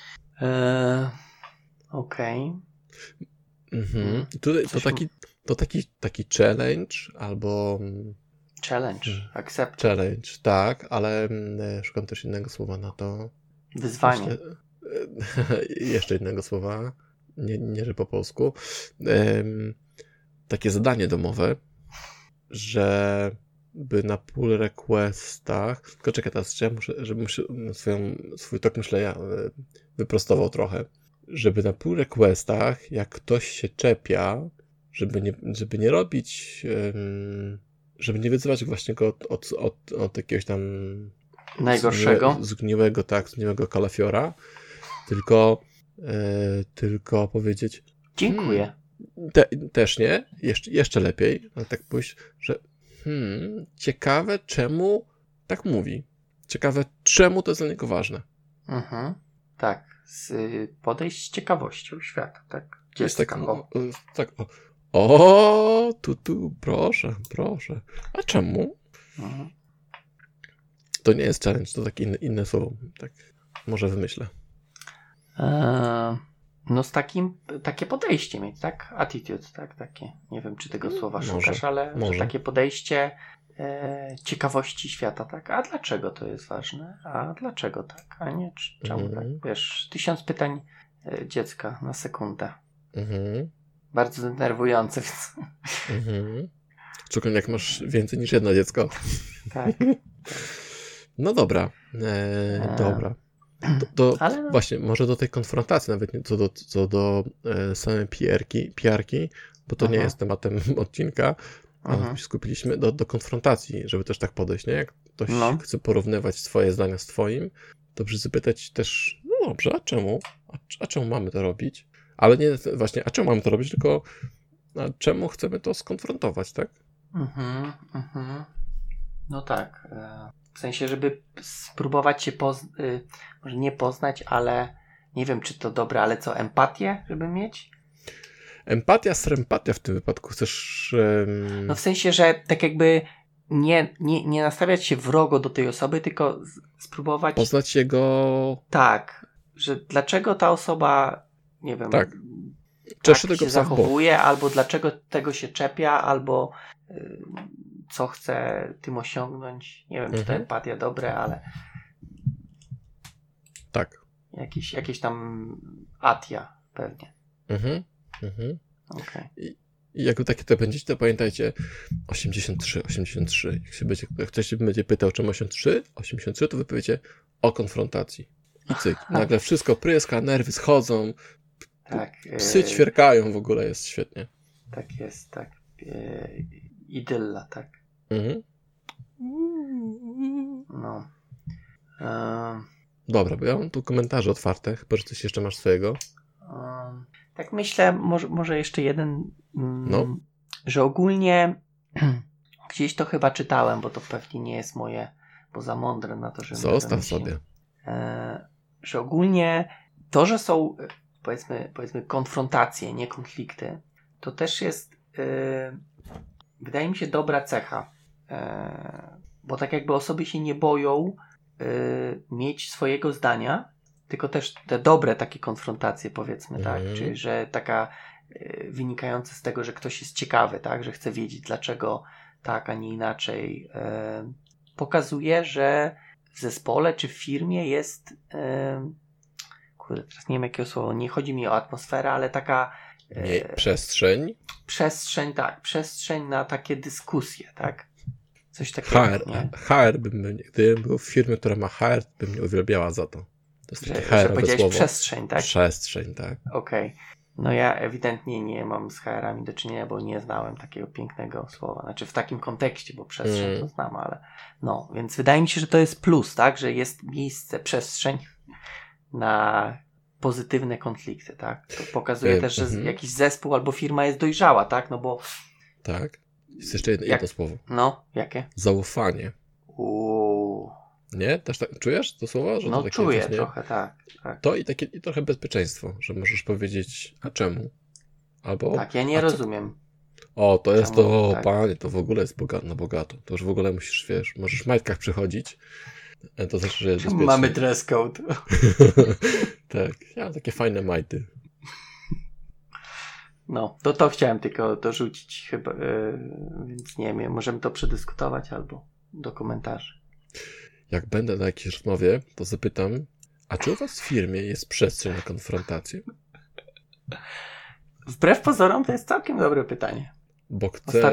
Okej. Tutaj Coś to taki challenge albo Challenge, accept. challenge, tak, ale szukam też innego słowa na to. Wyzwanie. Jeszcze innego słowa, nie że po polsku. Takie zadanie domowe, żeby na pull requestach, tylko czekaj teraz, żebym swój tok myślenia wyprostował trochę, żeby na pull requestach, jak ktoś się czepia, żeby nie robić, żeby nie wyzywać właśnie go od jakiegoś tam Najgorszego. zgniłego kalafiora, tylko powiedzieć Dziękuję. też nie, jeszcze lepiej, ale tak pójść, że ciekawe czemu tak mówi. Ciekawe czemu to jest dla niego ważne. Mhm. Tak. Podejść z ciekawością świata, tak? Jest tak, tak. tu, proszę. A czemu? Mhm. To nie jest challenge, to takie inne słowo. Tak, może wymyślę. No z takie podejście mieć, tak? Attitude, tak? Takie. Nie wiem, czy tego słowa szukasz, ale może. Że takie podejście ciekawości świata, tak? A dlaczego to jest ważne? A dlaczego tak? A nie czemu tak? Wiesz, 1000 pytań dziecka na sekundę. Bardzo denerwujące. Szczególnie jak masz więcej niż jedno dziecko. Tak. No dobra. Dobra. Ale właśnie, może do tej konfrontacji, nawet nie co do samej PR-ki, bo to nie jest tematem odcinka, ale się skupiliśmy do konfrontacji, żeby też tak podejść, nie? Jak ktoś chce porównywać swoje zdania z twoim, dobrze zapytać też, no dobrze, a czemu? A czemu mamy to robić? Ale nie właśnie, a czemu mamy to robić, tylko a czemu chcemy to skonfrontować, tak? No tak. W sensie, żeby spróbować się może nie poznać, ale nie wiem, czy to dobre, ale co, empatię, żeby mieć? Empatia, sympatia w tym wypadku chcesz... No w sensie, że tak jakby nie nastawiać się wrogo do tej osoby, tylko spróbować... Poznać jego... Tak, że dlaczego ta osoba, nie wiem, tak się zachowuje, albo dlaczego tego się czepia, albo co chce tym osiągnąć. Nie wiem, czy to empatia dobre, ale tak. Jakieś tam atia pewnie. Okay. I jak takie to będziecie, to pamiętajcie 83. Jak ktoś się będzie pytał, czemu 83, to wy powiecie o konfrontacji. I cyk. Nagle wszystko pryska, nerwy schodzą, tak, psy ćwierkają, w ogóle jest świetnie. Tak jest, tak. Idylla, tak. No. Dobra, bo ja mam tu komentarze otwarte, chyba, że coś jeszcze masz swojego. Tak myślę, może jeszcze jeden, że ogólnie gdzieś to chyba czytałem, bo to pewnie nie jest moje, bo za mądre na to, żeby... Zostaw sobie. Że ogólnie to, że są powiedzmy konfrontacje, nie konflikty, to też jest wydaje mi się dobra cecha, bo tak jakby osoby się nie boją mieć swojego zdania, tylko też te dobre takie konfrontacje, powiedzmy, tak, czyli że taka wynikająca z tego, że ktoś jest ciekawy, tak, że chce wiedzieć dlaczego tak, a nie inaczej, pokazuje, że w zespole czy w firmie jest teraz nie wiem jakiego słowa, nie chodzi mi o atmosferę, ale taka przestrzeń. Przestrzeń na takie dyskusje, tak? Coś takiego. HR gdybym był w firmie, która ma HR, bym mnie uwielbiała za to. To jest takie HR-owe powiedziałeś słowo. przestrzeń, tak? Przestrzeń, tak. Okej. No ja ewidentnie nie mam z HR-ami do czynienia, bo nie znałem takiego pięknego słowa. Znaczy w takim kontekście, bo przestrzeń to znam, ale no, więc wydaje mi się, że to jest plus, tak? Że jest miejsce, przestrzeń na pozytywne konflikty, tak? To pokazuje też, że jakiś zespół albo firma jest dojrzała, tak? No bo... Tak. Jest jeszcze jedno słowo. No, jakie? Zaufanie. Nie? Też tak czujesz to słowo? Że no to takie czuję właśnie... trochę, tak. To i trochę bezpieczeństwo, że możesz powiedzieć, a czemu? Albo... Tak, ja nie rozumiem. O, to jest czemu, to, tak. panie, to w ogóle jest na bogato. To już w ogóle musisz, wiesz, możesz w majtkach przychodzić. To znaczy, że jest bezpiecznie. Mamy dress code. Tak, ja mam takie fajne majty. No, to chciałem tylko dorzucić chyba, więc nie wiem, możemy to przedyskutować albo do komentarzy. Jak będę na jakiejś rozmowie, to zapytam, a czy u was w firmie jest przestrzeń na konfrontację? Wbrew pozorom to jest całkiem dobre pytanie. Bo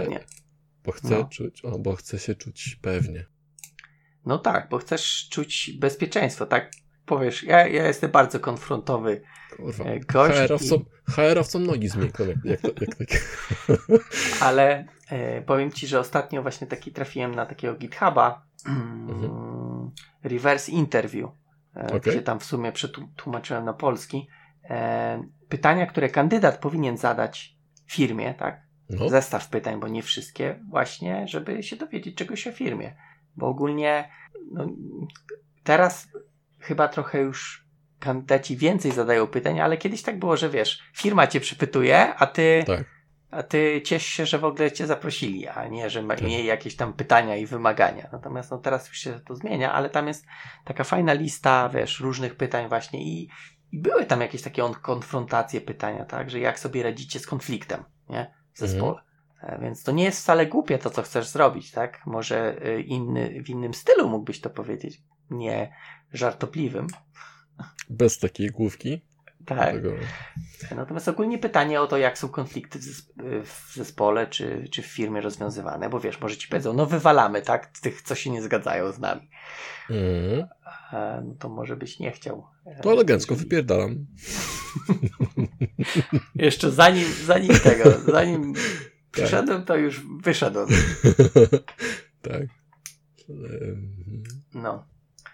chcę się czuć pewnie. No tak, bo chcesz czuć bezpieczeństwo, tak? Powiesz, ja jestem bardzo konfrontowy Kurwa, gość. HR-owcom nogi zmiękną, jak tak. Ale powiem ci, że ostatnio właśnie trafiłem na takiego GitHuba reverse interview, gdzie tam w sumie przetłumaczyłem na polski pytania, które kandydat powinien zadać firmie, tak? No. Zestaw pytań, bo nie wszystkie, właśnie, żeby się dowiedzieć czegoś o firmie. Bo ogólnie teraz chyba trochę już kandydaci więcej zadają pytań, ale kiedyś tak było, że wiesz, firma cię przypytuje, a ty ciesz się, że w ogóle cię zaprosili, a nie, że mieli jakieś tam pytania i wymagania. Natomiast teraz już się to zmienia, ale tam jest taka fajna lista, wiesz, różnych pytań właśnie i były tam jakieś takie konfrontacje pytania, tak, że jak sobie radzicie z konfliktem, nie, w zespole. Więc to nie jest wcale głupie to, co chcesz zrobić, tak? Może w innym stylu mógłbyś to powiedzieć, nie żartobliwym. Bez takiej główki. Tak. Natomiast ogólnie pytanie o to, jak są konflikty w zespole czy w firmie rozwiązywane, bo wiesz, może ci powiedzą, wywalamy, tak? Tych, co się nie zgadzają z nami. No to może byś nie chciał. To elegancko wypierdalam. Jeszcze zanim przyszedłem, to już wyszedłem. Tak. No.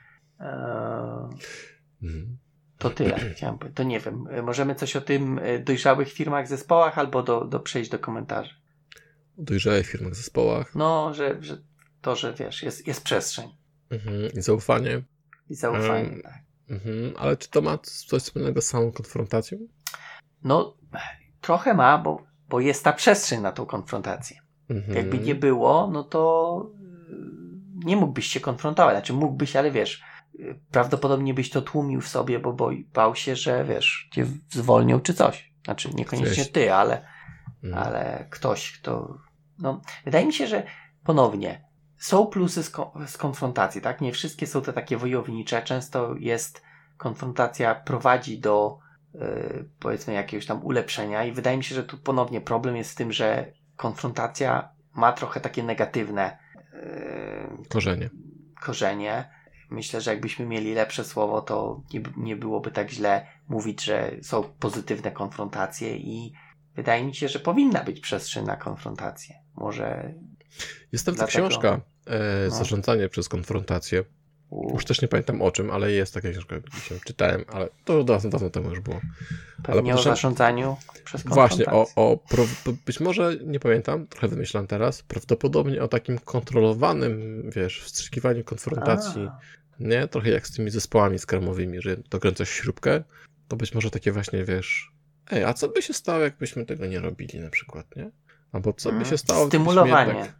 To tyle. Chciałem powiedzieć. To nie wiem. Możemy coś o tym dojrzałych firmach, zespołach albo przejść do komentarzy. O dojrzałych firmach, zespołach. No, że wiesz, jest przestrzeń. I zaufanie. I zaufanie, tak. Ale czy to ma coś wspólnego z samą konfrontacją? No, trochę ma, bo jest ta przestrzeń na tą konfrontację. Jakby nie było, no to nie mógłbyś się konfrontować. Znaczy mógłbyś, ale wiesz, prawdopodobnie byś to tłumił w sobie, bo bał się, że wiesz, cię zwolnią czy coś. Znaczy niekoniecznie ty, ale ktoś, kto... No, wydaje mi się, że ponownie są plusy z konfrontacji, tak? Nie wszystkie są te takie wojownicze. Często jest konfrontacja prowadzi do powiedzmy jakiegoś tam ulepszenia i wydaje mi się, że tu ponownie problem jest w tym, że konfrontacja ma trochę takie negatywne korzenie. Myślę, że jakbyśmy mieli lepsze słowo, to nie byłoby tak źle mówić, że są pozytywne konfrontacje i wydaje mi się, że powinna być przestrzeń na konfrontację. Może jest tam ta książka Zarządzanie przez konfrontację. Już też nie pamiętam o czym, ale jest taka książka, gdzieś czytałem, ale to dawno temu już było. Pewnie o zarządzaniu przez konfrontację. Właśnie, być może, nie pamiętam, trochę wymyślam teraz, prawdopodobnie o takim kontrolowanym, wiesz, wstrzykiwaniu konfrontacji. Nie? Trochę jak z tymi zespołami skramowymi, że dokręcasz śrubkę, to być może takie właśnie, wiesz, a co by się stało, jakbyśmy tego nie robili na przykład, nie? Albo co by się stało... Stymulowanie. Jednak...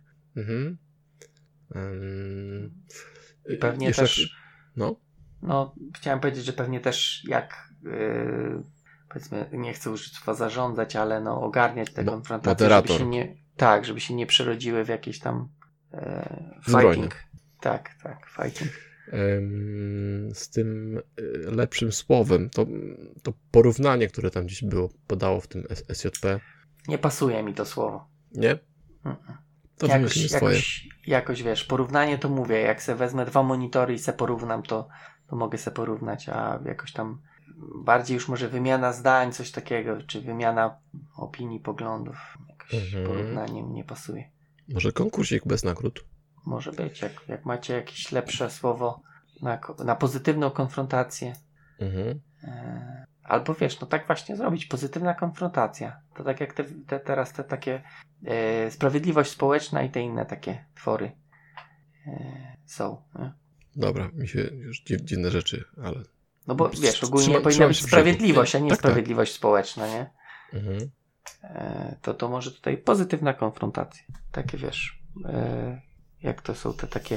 I pewnie też... No, chciałem powiedzieć, że pewnie też jak powiedzmy, nie chcę użyć słowa zarządzać, ale ogarniać te konfrontacje, żeby się nie przerodziły w jakieś tam fighting. Tak, fighting. Z tym lepszym słowem, to porównanie, które tam gdzieś podało w tym SJP. Nie pasuje mi to słowo. Nie? To jakoś wiesz, porównanie to mówię, jak se wezmę 2 monitory i se porównam, to mogę se porównać, a jakoś tam bardziej już może wymiana zdań, coś takiego, czy wymiana opinii, poglądów. Jakoś porównanie mi nie pasuje. Może konkursik bez nagród? Może być, jak macie jakieś lepsze słowo na pozytywną konfrontację. Albo wiesz, no tak właśnie zrobić, pozytywna konfrontacja. To tak jak teraz te takie sprawiedliwość społeczna i te inne takie twory są. Nie? Dobra, mi się już dziwne rzeczy, ale... No bo wiesz, ogólnie Trzymam powinna być się sprawiedliwość, a nie tak, sprawiedliwość społeczna, nie? Mhm. To może tutaj pozytywna konfrontacja. Takie wiesz, jak to są te takie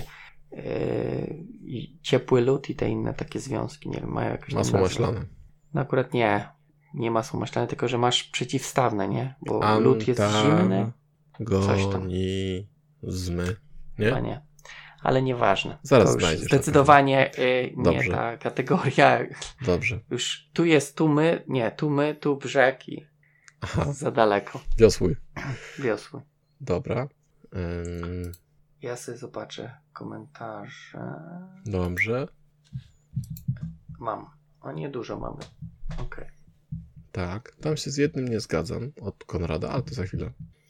ciepły lód i te inne takie związki, nie wiem, mają jakieś tam Masło nazwy. maślane. No akurat nie masło maślane, tylko że masz przeciwstawne, nie? Bo lód jest zimny. Antagonizmy. Chyba Nie? nie. Ale nieważne. Zaraz to już znajdziesz. zdecydowanie nie Dobrze. ta kategoria. Dobrze. Już tu my, tu brzeg i Aha, za daleko. wiosły. Wiosły. Dobra. Ja sobie zobaczę komentarze. Dobrze. Mam. O, niedużo mamy. Okej. Tak, tam się z jednym nie zgadzam od Konrada, ale to za chwilę.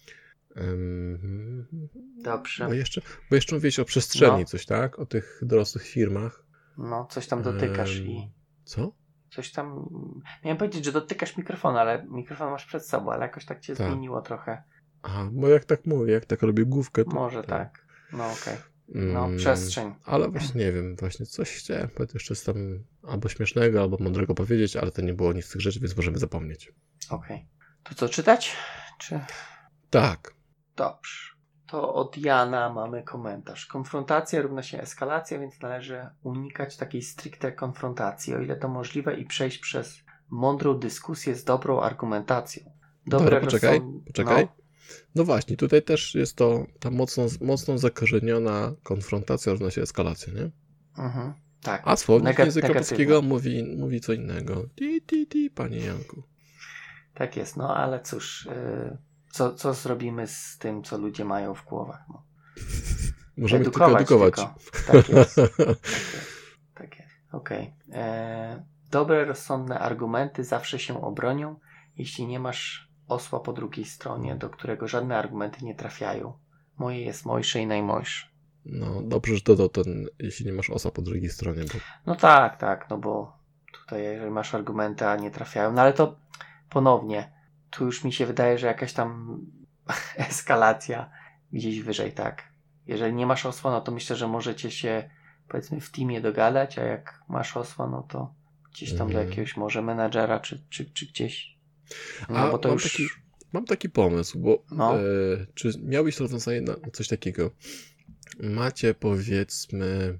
Dobrze. Bo jeszcze mówiłeś o przestrzeni No. coś, tak? O tych dorosłych firmach. No, coś tam dotykasz i Co? coś tam... Miałem powiedzieć, że dotykasz mikrofonu, ale mikrofon masz przed sobą, ale jakoś tak cię Tak. zmieniło trochę. Aha, bo jak tak mówię, jak tak robię główkę, to... Może tak. No okej. Mm, Przestrzeń. Ale właśnie nie wiem, właśnie coś chciałem jeszcze tam albo śmiesznego, albo mądrego powiedzieć, ale to nie było nic z tych rzeczy, więc możemy zapomnieć. Okej. To co, czytać? Czy... Tak. Dobrze. To od Jana mamy komentarz. Konfrontacja równa się eskalacja, więc należy unikać takiej stricte konfrontacji, o ile to możliwe, i przejść przez mądrą dyskusję z dobrą argumentacją. Dobra, poczekaj. No, No właśnie, tutaj też jest to ta mocno zakorzeniona konfrontacja równa się eskalacja, nie? tak. A słownik języka negatywna. polskiego mówi co innego. Panie Janku. Tak jest, no ale cóż, co zrobimy z tym, co ludzie mają w głowach? No. Możemy tylko edukować. Tak jest. Tak jest. Okej. Dobre, rozsądne argumenty zawsze się obronią, jeśli nie masz osła po drugiej stronie, do którego żadne argumenty nie trafiają. Moje jest mojsze i najmojsze. No dobrze, że dodał ten, jeśli nie masz osa po drugiej stronie. Bo... No tak, no bo tutaj jeżeli masz argumenty, a nie trafiają, no ale to ponownie, tu już mi się wydaje, że jakaś tam eskalacja gdzieś wyżej, tak. Jeżeli nie masz osła, no to myślę, że możecie się powiedzmy w teamie dogadać, a jak masz osła, no to gdzieś tam do jakiegoś może menadżera, czy gdzieś. No bo to mam taki pomysł, bo No. czy miałbyś rozwiązanie na coś takiego? Macie powiedzmy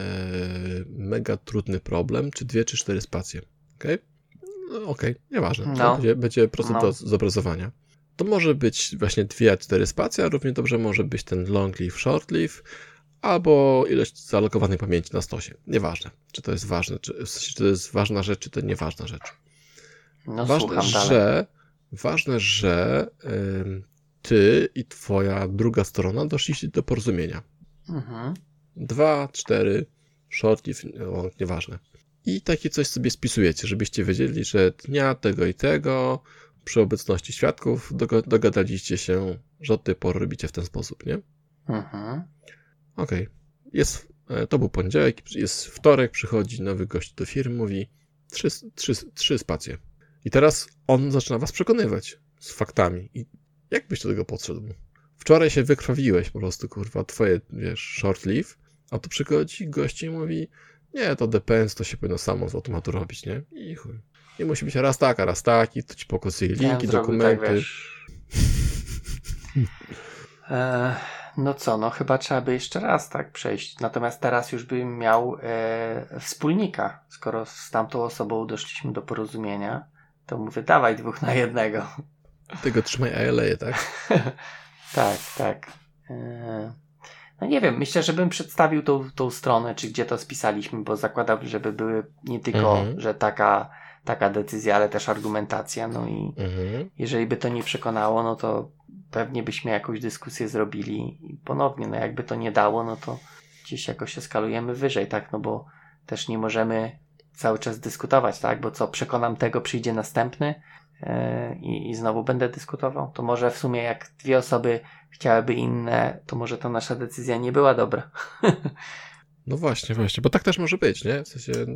mega trudny problem, czy 2 czy 4 spacje. Okej? No, okej, nieważne. No. To będzie proste do zobrazowania. To może być właśnie 2 4 spacje, a równie dobrze może być ten long live, short live, albo ilość zalokowanej pamięci na stosie. Nieważne, czy to jest ważne, czy to jest ważna rzecz, czy to nieważna rzecz. No Ważne, że ty i twoja druga strona doszliście do porozumienia. 2, 4, short live, nieważne. I takie coś sobie spisujecie, żebyście wiedzieli, że dnia tego i tego przy obecności świadków dogadaliście się, że od tej pory robicie w ten sposób, nie? Okej. To był poniedziałek, jest wtorek, przychodzi nowy gość do firmy, mówi 3 spacje. I teraz on zaczyna was przekonywać z faktami. I jak byś do tego podszedł? Wczoraj się wykrwawiłeś po prostu, kurwa, twoje, short live, a tu przychodzi gość i mówi, nie, to depends, to się powinno samo z automatu robić, nie? I chuj. I musi być raz tak, i to ci pokazuje linki, dokumenty. Tak, no co, no chyba trzeba by jeszcze raz tak przejść. Natomiast teraz już bym miał wspólnika. Skoro z tamtą osobą doszliśmy do porozumienia, to mówię, dawaj 2 na 1. Tego trzymaj ALA, tak? Tak. No nie wiem, myślę, że bym przedstawił tą stronę, czy gdzie to spisaliśmy, bo zakładam, żeby były nie tylko, że taka decyzja, ale też argumentacja. No i jeżeli by to nie przekonało, no to pewnie byśmy jakąś dyskusję zrobili i ponownie, no jakby to nie dało, no to gdzieś jakoś eskalujemy wyżej, tak, no bo też nie możemy cały czas dyskutować, tak, bo co, przekonam tego, przyjdzie następny i znowu będę dyskutował, to może w sumie jak 2 osoby chciałyby inne, to może ta nasza decyzja nie była dobra. No właśnie, bo tak też może być, nie? W sensie,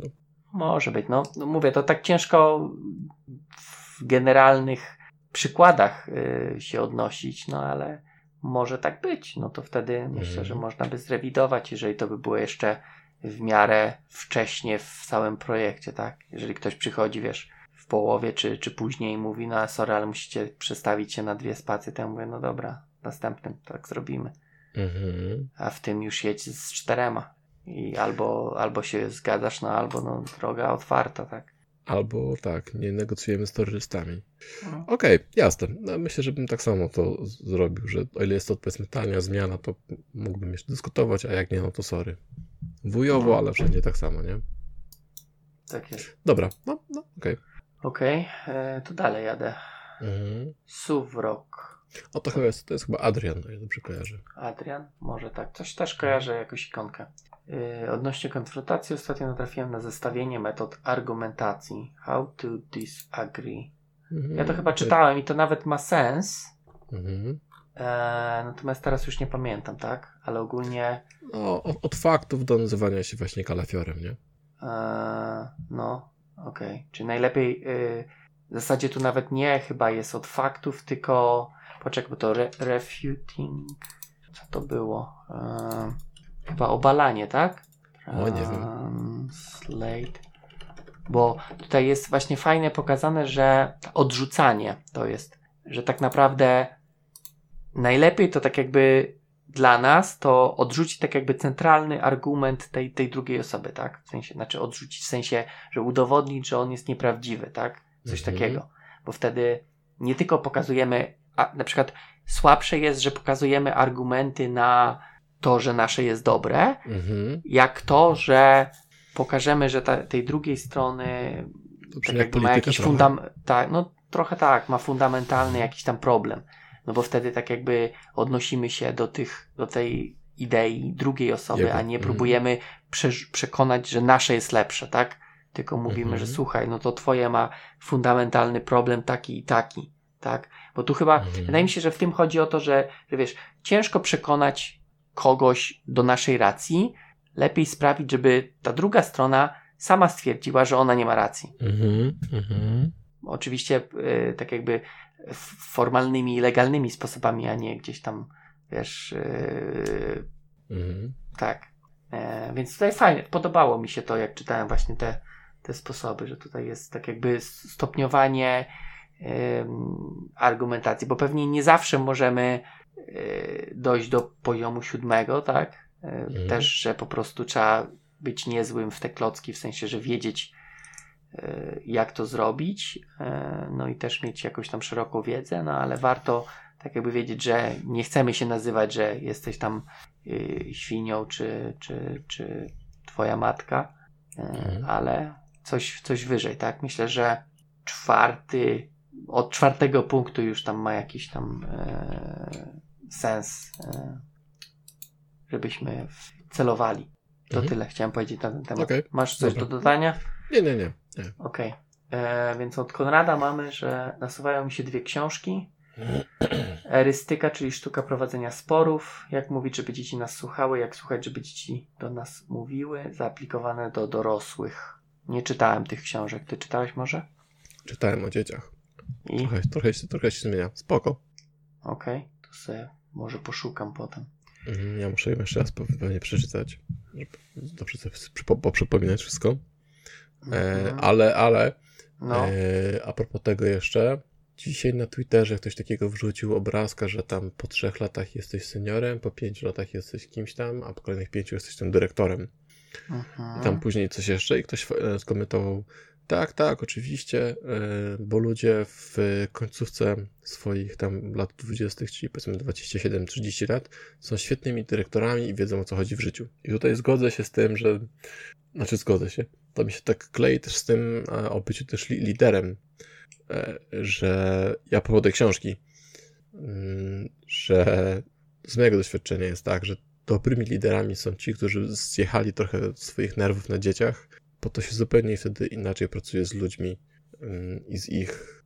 Może być. No mówię, to tak ciężko w generalnych przykładach się odnosić, no ale może tak być. No to wtedy myślę, że można by zrewidować, jeżeli to by było jeszcze w miarę wcześnie w całym projekcie, tak? Jeżeli ktoś przychodzi, wiesz, w połowie czy później i mówi, no sorry, ale musicie przestawić się na 2 spacje, to ja mówię, no dobra, następnym tak zrobimy. A w tym już jedź z 4. I albo się zgadzasz, no albo no droga otwarta, tak? Albo tak, nie negocjujemy z terrorystami. Okej, jasne. No, myślę, że bym tak samo to zrobił, że o ile jest to powiedzmy tania zmiana, to mógłbym jeszcze dyskutować, a jak nie, no to sorry. Wujowo, ale wszędzie tak samo, nie? Tak jest. Dobra, no okej. Okej, to dalej jadę. Suwrok. O, to jest chyba Adrian, o ile dobrze kojarzę. Adrian? Może tak. Coś też kojarzę, jakąś ikonkę. Odnośnie konfrontacji ostatnio natrafiłem na zestawienie metod argumentacji. How to disagree. Ja to chyba czytałem i to nawet ma sens. Natomiast teraz już nie pamiętam, tak? Ale ogólnie... No, od faktów do nazywania się właśnie kalafiorem, nie? Okej. Czyli najlepiej... w zasadzie tu nawet nie chyba jest od faktów, tylko... Poczekaj, bo to refuting... Co to było? Chyba obalanie, tak? O, nie wiem. Slate. Bo tutaj jest właśnie fajnie pokazane, że odrzucanie to jest, że tak naprawdę najlepiej to tak jakby dla nas to odrzucić tak jakby centralny argument tej drugiej osoby, tak? W sensie, znaczy odrzucić w sensie, że udowodnić, że on jest nieprawdziwy, tak? Coś takiego. Bo wtedy nie tylko pokazujemy, a na przykład słabsze jest, że pokazujemy argumenty na to, że nasze jest dobre, jak to, że pokażemy, że tej drugiej strony tak jakby ma jakiś trochę tak, ma fundamentalny jakiś tam problem. No bo wtedy tak jakby odnosimy się do tej idei drugiej osoby, a nie próbujemy przekonać, że nasze jest lepsze, tak? Tylko mówimy, że słuchaj, no to twoje ma fundamentalny problem taki i taki, tak? Bo tu chyba, wydaje mi się, że w tym chodzi o to, że wiesz, ciężko przekonać kogoś do naszej racji, lepiej sprawić, żeby ta druga strona sama stwierdziła, że ona nie ma racji. Oczywiście tak jakby formalnymi, legalnymi sposobami, a nie gdzieś tam, wiesz, tak. Więc tutaj fajnie, podobało mi się to, jak czytałem właśnie te sposoby, że tutaj jest tak jakby stopniowanie argumentacji, bo pewnie nie zawsze możemy dojść do poziomu 7, tak? Też, że po prostu trzeba być niezłym w te klocki, w sensie, że wiedzieć jak to zrobić, no i też mieć jakąś tam szeroką wiedzę, no ale warto tak jakby wiedzieć, że nie chcemy się nazywać, że jesteś tam świnią czy twoja matka, ale coś wyżej, tak? Myślę, że od 4. punktu już tam ma jakiś tam sens, żebyśmy celowali. To tyle chciałem powiedzieć na ten temat. Okay. Masz coś do dodania? Nie. Okej. Więc od Konrada mamy, że nasuwają mi się 2 książki. Erystyka, czyli sztuka prowadzenia sporów. Jak mówić, żeby dzieci nas słuchały, jak słuchać, żeby dzieci do nas mówiły. Zaaplikowane do dorosłych. Nie czytałem tych książek. Ty czytałeś może? Czytałem o dzieciach. I? Trochę się zmienia. Spoko. Okej. To sobie może poszukam potem. Ja muszę ją jeszcze raz pewnie przeczytać, żeby dobrze sobie poprzypominać wszystko. Ale a propos tego jeszcze, dzisiaj na Twitterze ktoś takiego wrzucił obrazka, że tam po 3 latach jesteś seniorem, po 5 latach jesteś kimś tam, a po kolejnych 5 jesteś tam dyrektorem. I tam później coś jeszcze i ktoś skomentował, tak, oczywiście, bo ludzie w końcówce swoich tam lat 20, czyli powiedzmy 27-30 lat, są świetnymi dyrektorami i wiedzą, o co chodzi w życiu. I tutaj zgodzę się z tym, zgodzę się, to mi się tak klei też z tym o byciu też liderem, że ja powodzę książki, że z mojego doświadczenia jest tak, że dobrymi liderami są ci, którzy zjechali trochę swoich nerwów na dzieciach, bo to się zupełnie wtedy inaczej pracuje z ludźmi i z ich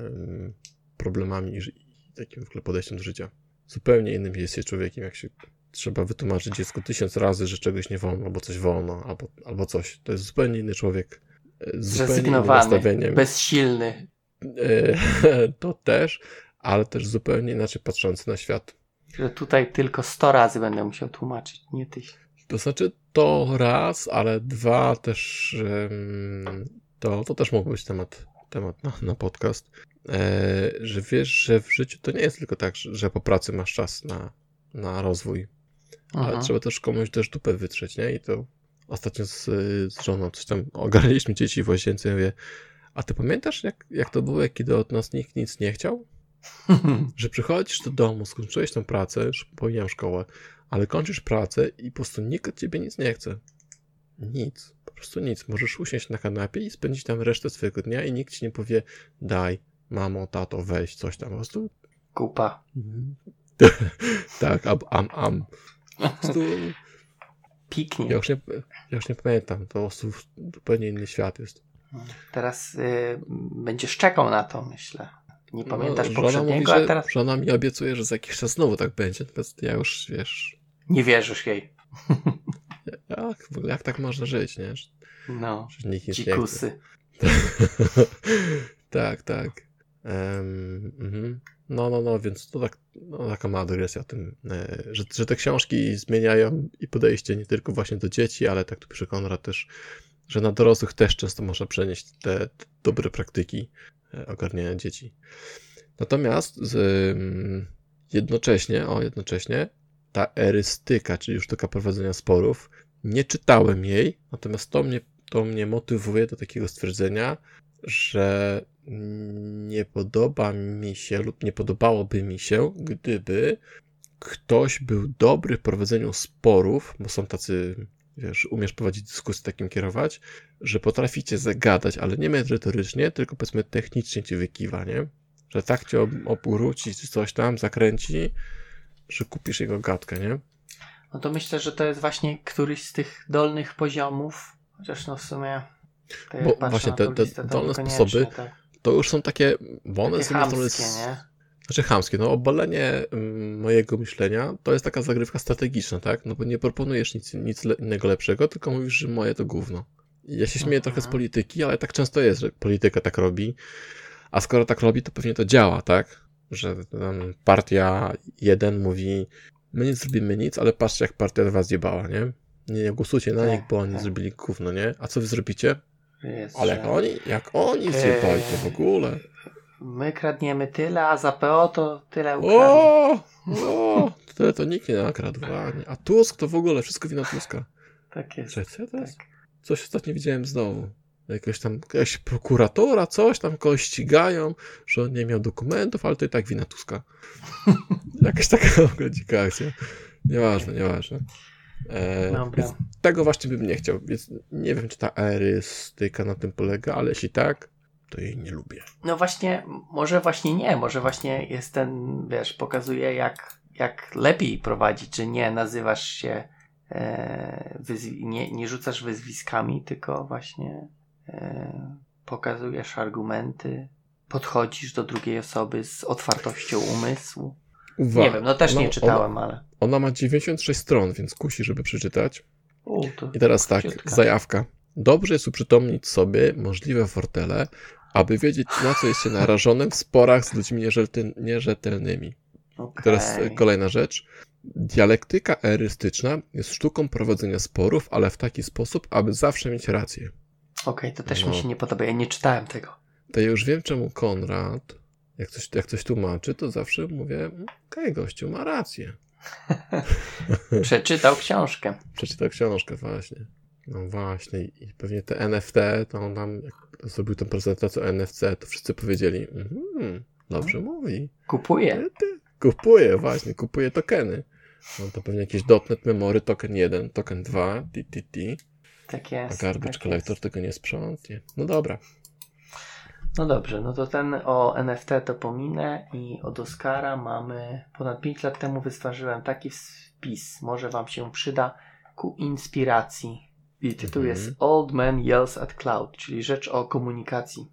problemami i takim w ogóle podejściem do życia. Zupełnie innym jest się człowiekiem, jak się trzeba wytłumaczyć dziecku 1000 razy, że czegoś nie wolno, albo coś wolno, albo coś. To jest zupełnie inny człowiek. Z zupełnie innym nastawieniem. Bezsilny. To też, ale też zupełnie inaczej patrzący na świat. Że tutaj tylko 100 razy będę musiał tłumaczyć, nie 1000. To znaczy to raz, ale dwa też to też mógł być temat na podcast, że wiesz, że w życiu to nie jest tylko tak, że po pracy masz czas na rozwój, ale trzeba też komuś też dupę wytrzeć, nie? I to ostatnio z żoną coś tam ogarnęliśmy dzieci w łazience i mówię, a ty pamiętasz jak to było, kiedy od nas nikt nic nie chciał? Że przychodzisz do domu, skończyłeś tę pracę, już pomijam szkołę, ale kończysz pracę i po prostu nikt od ciebie nic nie chce. Nic. Po prostu nic. Możesz usiąść na kanapie i spędzić tam resztę swojego dnia i nikt ci nie powie daj, mamo, tato, weź, coś tam. Po prostu... Kupa. Tak, am. Po prostu... Piknik. Ja już nie pamiętam. To po prostu zupełnie inny świat jest. Teraz będziesz czekał na to, myślę. Nie pamiętasz żona poprzedniego, mówi, a teraz... Żona mi obiecuje, że za jakiś czas znowu tak będzie, natomiast ja już, wiesz... Nie wierzysz jej. W ogóle jak tak można żyć, nie? No, że nikt nic dzikusy. nie chce. Tak. No, więc to tak, taka mała dygresja o tym, że te książki zmieniają i podejście nie tylko właśnie do dzieci, ale tak tu pisze Konrad też, że na dorosłych też często można przenieść te dobre praktyki ogarniania dzieci. Natomiast jednocześnie ta erystyka, czyli sztuka prowadzenia sporów, nie czytałem jej, natomiast to mnie motywuje do takiego stwierdzenia, że nie podoba mi się lub nie podobałoby mi się, gdyby ktoś był dobry w prowadzeniu sporów, bo są tacy, wiesz, umiesz prowadzić dyskusję, takim kierować, że potraficie zagadać, ale nie merytorycznie, tylko powiedzmy technicznie ci wykiwa, nie? Że tak cię obróci, czy coś tam zakręci, że kupisz jego gadkę, nie? No to myślę, że to jest właśnie któryś z tych dolnych poziomów, chociaż no w sumie bo właśnie te dolne sposoby tak. To już są takie, bo one takie chamskie, nie? Znaczy chamskie, no obalenie mojego myślenia to jest taka zagrywka strategiczna, tak? No bo nie proponujesz nic innego lepszego, tylko mówisz, że moje to gówno. I ja się śmieję trochę z polityki, ale tak często jest, że polityka tak robi, a skoro tak robi, to pewnie to działa, tak? Że tam partia 1 mówi, my nie zrobimy nic, ale patrzcie jak partia 2 zjebała, nie? Nie głosujcie na nich, bo oni zrobili gówno, nie? A co wy zrobicie? Ale jak oni zjebali, to w ogóle. My kradniemy tyle, a za PO to tyle ukradli. Tyle to nikt nie nakradł. A Tusk to w ogóle wszystko wina Tuska. Tak jest. Tak. Coś ostatnio widziałem znowu. Jakaś prokuratora, coś tam kogoś ścigają, że on nie miał dokumentów, ale to i tak wina Tuska. Jakaś taka dzika akcja. Nieważne. Więc tego właśnie bym nie chciał, więc nie wiem, czy ta erystyka na tym polega, ale jeśli tak, to jej nie lubię. No właśnie, może właśnie jest ten, wiesz, pokazuje jak lepiej prowadzić, że nie nazywasz się nie rzucasz wyzwiskami, tylko właśnie pokazujesz argumenty, podchodzisz do drugiej osoby z otwartością umysłu. Nie wiem, no też nie czytałem, ale... Ona ma 96 stron, więc kusi, żeby przeczytać. To I teraz tak, zajawka. Dobrze jest uprzytomnić sobie możliwe fortele, aby wiedzieć, na co jest się narażonym w sporach z ludźmi nierzetelnymi. Okay. Teraz kolejna rzecz. Dialektyka erystyczna jest sztuką prowadzenia sporów, ale w taki sposób, aby zawsze mieć rację. Okej, to też mi się nie podoba, ja nie czytałem tego. To ja już wiem, czemu Konrad, jak coś tłumaczy, to zawsze mówię, okej, gościu ma rację. Przeczytał książkę. Właśnie. No właśnie. I pewnie te NFT, to on tam, jak zrobił tę prezentację o NFC, to wszyscy powiedzieli, dobrze mówi. Kupuje tokeny. No to pewnie jakiś .NET Memory, token 1, token 2, TTT. Tak jest. A Garbage Collector tego nie sprzątnie. No dobra. No dobrze, no to ten o NFT to pominę i od Oskara mamy, ponad 5 lat temu wystworzyłem taki wpis, może wam się przyda ku inspiracji. I tytuł jest Old Man Yells at Cloud, czyli rzecz o komunikacji.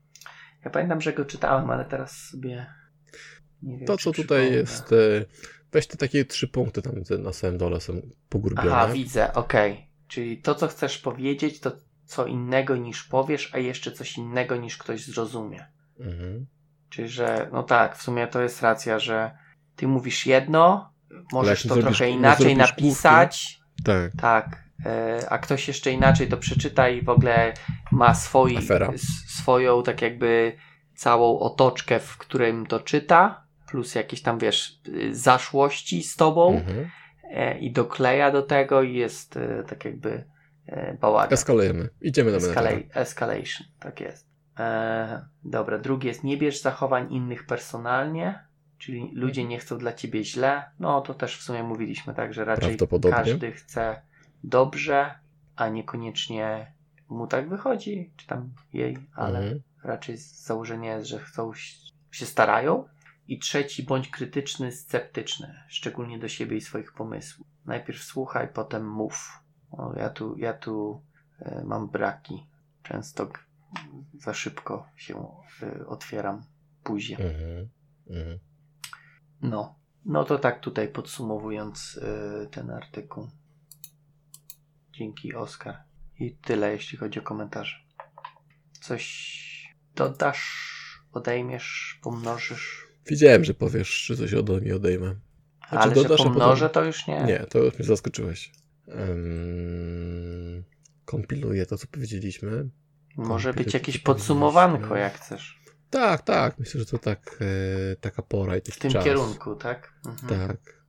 Ja pamiętam, że go czytałem, ale teraz sobie nie wiem, to, co tutaj jest, weź te takie 3 punkty tam na samym dole są pogrubione. Aha, widzę, okej. Czyli to, co chcesz powiedzieć, to co innego niż powiesz, a jeszcze coś innego niż ktoś zrozumie. Czyli, że no tak, w sumie to jest racja, że ty mówisz jedno, możesz to trochę inaczej napisać. Główki. Tak. A ktoś jeszcze inaczej to przeczyta i w ogóle ma swoją tak jakby całą otoczkę, w którym to czyta, plus jakieś tam, wiesz, zaszłości z tobą i dokleja do tego i jest tak jakby bałagan. Eskalujemy. Idziemy do menedżera. Escalation, tak jest. Dobra, drugie jest nie bierz zachowań innych personalnie, czyli ludzie nie chcą dla ciebie źle. No to też w sumie mówiliśmy, tak, że raczej każdy chce dobrze, a niekoniecznie mu tak wychodzi, czy tam jej, ale raczej założenie jest, że chcą się starają. I trzeci, bądź krytyczny, sceptyczny, szczególnie do siebie i swoich pomysłów. Najpierw słuchaj, potem mów. O, ja tu mam braki. Często za szybko się otwieram buzię. No to tak tutaj podsumowując ten artykuł. Dzięki, Oskar. I tyle, jeśli chodzi o komentarze. Coś dodasz, odejmiesz, pomnożysz? Wiedziałem, że powiesz, że coś ode mnie odejmę. Ale że pomnożę, to już nie. Nie, to już mnie zaskoczyłeś. Kompiluję to, co powiedzieliśmy. Może być jakieś podsumowanko, jak chcesz. Tak. Myślę, że to taka pora i taki czas. W tym kierunku, tak? Tak.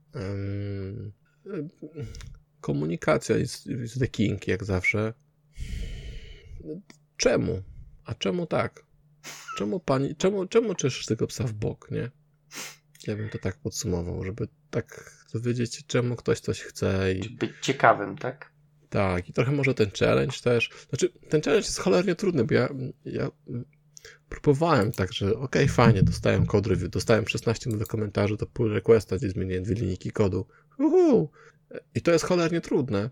Komunikacja jest the king, jak zawsze. Czemu? A czemu tak? Czemu czeszysz tego psa w bok, nie? Ja bym to tak podsumował, żeby tak dowiedzieć, czemu ktoś coś chce. I być ciekawym, tak? Tak, i trochę może ten challenge też. Znaczy, ten challenge jest cholernie trudny, bo ja próbowałem tak, że okej, fajnie, dostałem kod review, dostałem 16 nowych komentarzy do pull requesta, gdzie zmieniłem 2 linijki kodu. I to jest cholernie trudne.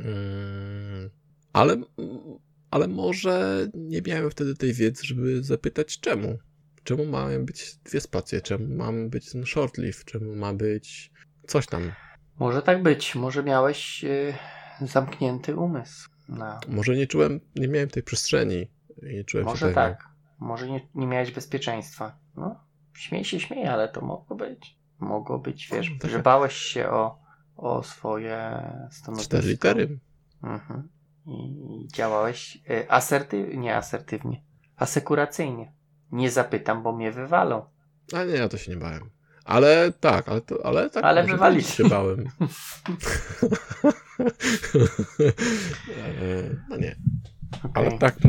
Ale może nie miałem wtedy tej wiedzy, żeby zapytać czemu. Czemu mają być 2 spacje? Czemu mam być ten short leaf? Czemu ma być coś tam? Może tak być. Może miałeś zamknięty umysł. Może nie miałem tej przestrzeni. Nie czułem może się tak. Może nie miałeś bezpieczeństwa. No, śmiej, ale to mogło być. Mogło być, wiesz, że bałeś się o swoje stanowisko. 4 litery. I działałeś asertywnie. Asekuracyjnie. Nie zapytam, bo mnie wywalą. A nie, ja to się nie bałem. Ale tak. Ale wywalić się bałem. No nie. Okay. Ale tak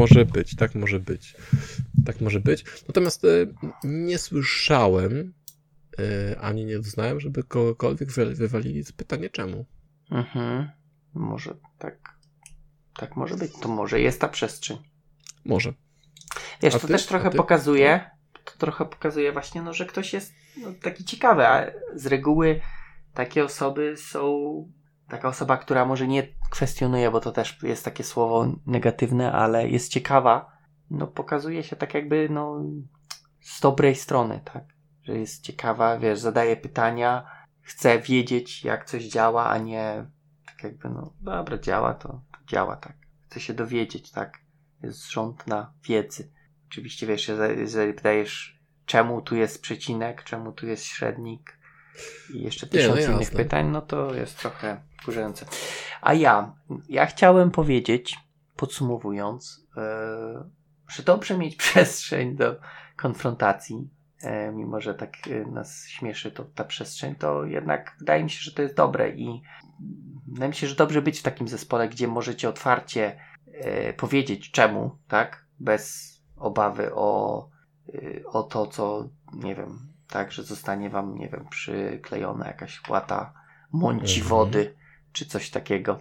może być. Natomiast nie słyszałem, ani nie doznałem, żeby kogokolwiek wywalili z pytanie czemu. Może tak może być. To może jest ta przestrzeń. Może. Wiesz, to też trochę pokazuje, właśnie, że ktoś jest taki ciekawy, a z reguły takie osoby taka osoba, która może nie kwestionuje, bo to też jest takie słowo negatywne, ale jest ciekawa, pokazuje się tak jakby, z dobrej strony, tak? Że jest ciekawa, wiesz, zadaje pytania, chce wiedzieć, jak coś działa, a nie tak jakby, dobra, działa, to działa, tak? Chce się dowiedzieć, tak? Jest żądna wiedzy. Oczywiście, wiesz, jeżeli pytajesz, czemu tu jest przecinek, czemu tu jest średnik i jeszcze 1000 innych pytań, to jest trochę wkurzające. A ja chciałem powiedzieć, podsumowując, że dobrze mieć przestrzeń do konfrontacji, mimo że tak nas śmieszy ta przestrzeń, to jednak wydaje mi się, że to jest dobre i wydaje mi się, że dobrze być w takim zespole, gdzie możecie otwarcie powiedzieć czemu, tak? Bez obawy o to, co, nie wiem, tak, że zostanie wam, nie wiem, przyklejona jakaś łata mąci wody, czy coś takiego.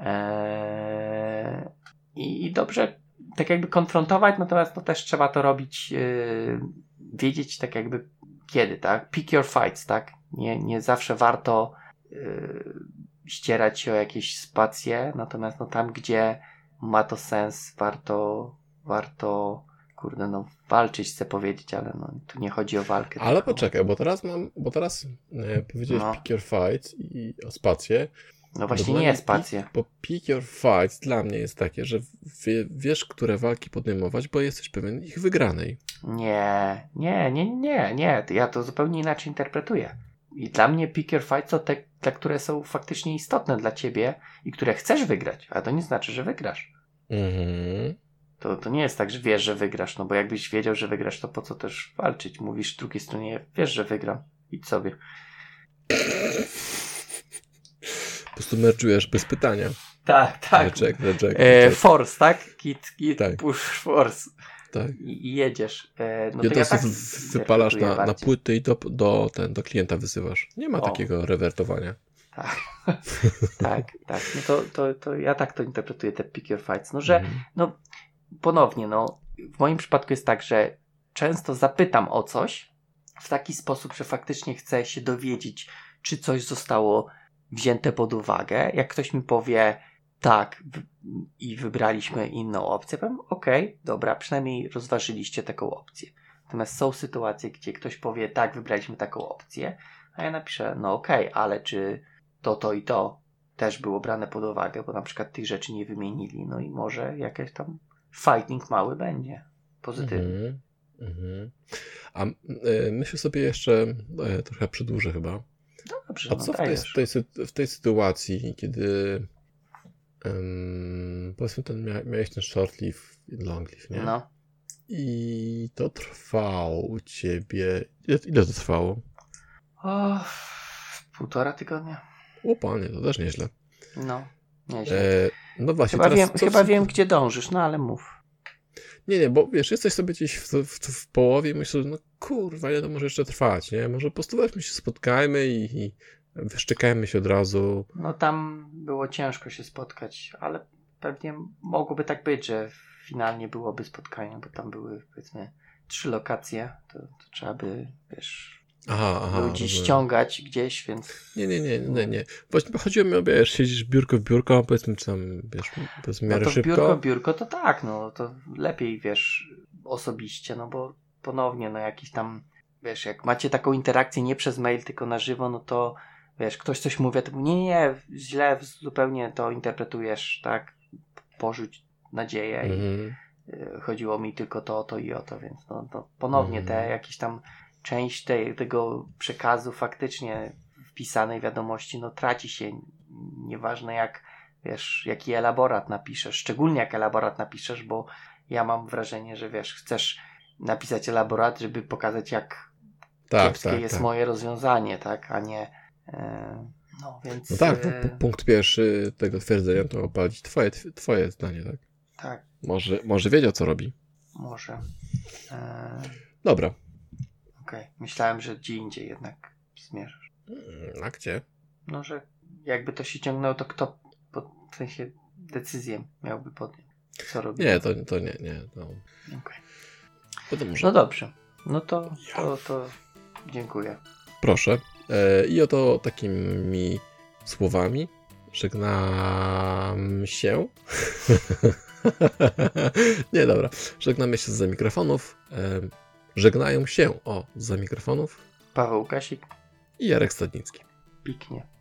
I dobrze tak jakby konfrontować, natomiast też trzeba to robić, wiedzieć tak jakby kiedy, tak? Pick your fights, tak? Nie zawsze warto ścierać się o jakieś spacje, natomiast tam, gdzie ma to sens, warto kurde, no walczyć chcę powiedzieć, ale no tu nie chodzi o walkę. Ale tylko... poczekaj, bo teraz powiedziałeś No. pick your fights i o spację. No właśnie Bo dla nie mnie spację. Bo pick your fights dla mnie jest takie, że wiesz, które walki podejmować, bo jesteś pewien ich wygranej. Nie. Ja to zupełnie inaczej interpretuję. I dla mnie pick your fights to te, które są faktycznie istotne dla ciebie i które chcesz wygrać, a to nie znaczy, że wygrasz. Mhm. To nie jest tak, że wiesz, że wygrasz, no bo jakbyś wiedział, że wygrasz, to po co też walczyć? Mówisz drugiej stronie, wiesz, że wygram. Idź sobie. Po prostu merdżujesz bez pytania. Tak. Reject. Force, tak? Git Tak. push force. Tak. I jedziesz. No Ja to to ja tak wypalasz interpretuję na bardziej. płyty i do klienta wysyłasz. Nie ma O. takiego rewertowania. Tak. No to ja tak to interpretuję, te pick your fights. No, że no ponownie, no w moim przypadku jest tak, że często zapytam o coś w taki sposób, że faktycznie chcę się dowiedzieć, czy coś zostało wzięte pod uwagę. Jak ktoś mi powie tak i wybraliśmy inną opcję, powiem okej, dobra, przynajmniej rozważyliście taką opcję. Natomiast są sytuacje, gdzie ktoś powie tak, wybraliśmy taką opcję, a ja napiszę no okej, ale czy to i to też było brane pod uwagę, bo na przykład tych rzeczy nie wymienili, no i może jakiś tam fighting mały będzie pozytywny. A myślę sobie jeszcze, trochę przedłużę chyba. No dobrze, A co w tej sytuacji, kiedy powiedzmy miałeś ten short leave i long leave, nie? No. I to trwało u ciebie... Ile to trwało? O, 1,5 tygodnia. O panie, to też nieźle. No, nieźle. No właśnie, Chyba wiem, gdzie dążysz, no ale mów. Nie, bo wiesz, jesteś sobie gdzieś w połowie i myślisz, no kurwa, ile to może jeszcze trwać, nie? Może po prostu weźmy się, spotkajmy i wyszczekajmy się od razu. No tam było ciężko się spotkać, ale pewnie mogłoby tak być, że finalnie byłoby spotkanie, bo tam były powiedzmy 3 lokacje, to trzeba by, wiesz, ludzi rozumiem. ściągać gdzieś, więc... Nie. Właśnie chodziło mi o, wiesz, siedzisz biurko w biurko, powiedzmy, czy tam, wiesz, w miarę no to szybko. biurko to tak, no to lepiej, wiesz, osobiście, no bo ponownie, no jakiś tam, wiesz, jak macie taką interakcję nie przez mail, tylko na żywo, no to wiesz, ktoś coś mówi, a ty mówi, nie, źle zupełnie to interpretujesz, tak, porzuć nadzieję i chodziło mi tylko to i o to, więc no ponownie te jakieś tam część tego przekazu faktycznie wpisanej wiadomości, no traci się, nieważne jak, wiesz, jaki elaborat napiszesz, szczególnie jak elaborat napiszesz, bo ja mam wrażenie, że wiesz, chcesz napisać elaborat, żeby pokazać jak kiepskie jest moje rozwiązanie, tak, a nie no więc... No tak, punkt pierwszy tego twierdzenia to opalić twoje zdanie, tak? Tak. Może wiedział, co robi. Może. Dobra. Okej. Myślałem, że gdzie indziej jednak zmierzasz. A gdzie? No, że jakby to się ciągnęło, to kto w sensie decyzję miałby podjąć? Co robi? Nie, to nie. No. Okay. Może... No dobrze. No to dziękuję. Proszę. I oto takimi słowami żegnam się. Nie, dobra. Żegnamy się zza mikrofonów. Żegnają się zza mikrofonów Paweł Kasik. i Jarek Stadnicki. Piknie.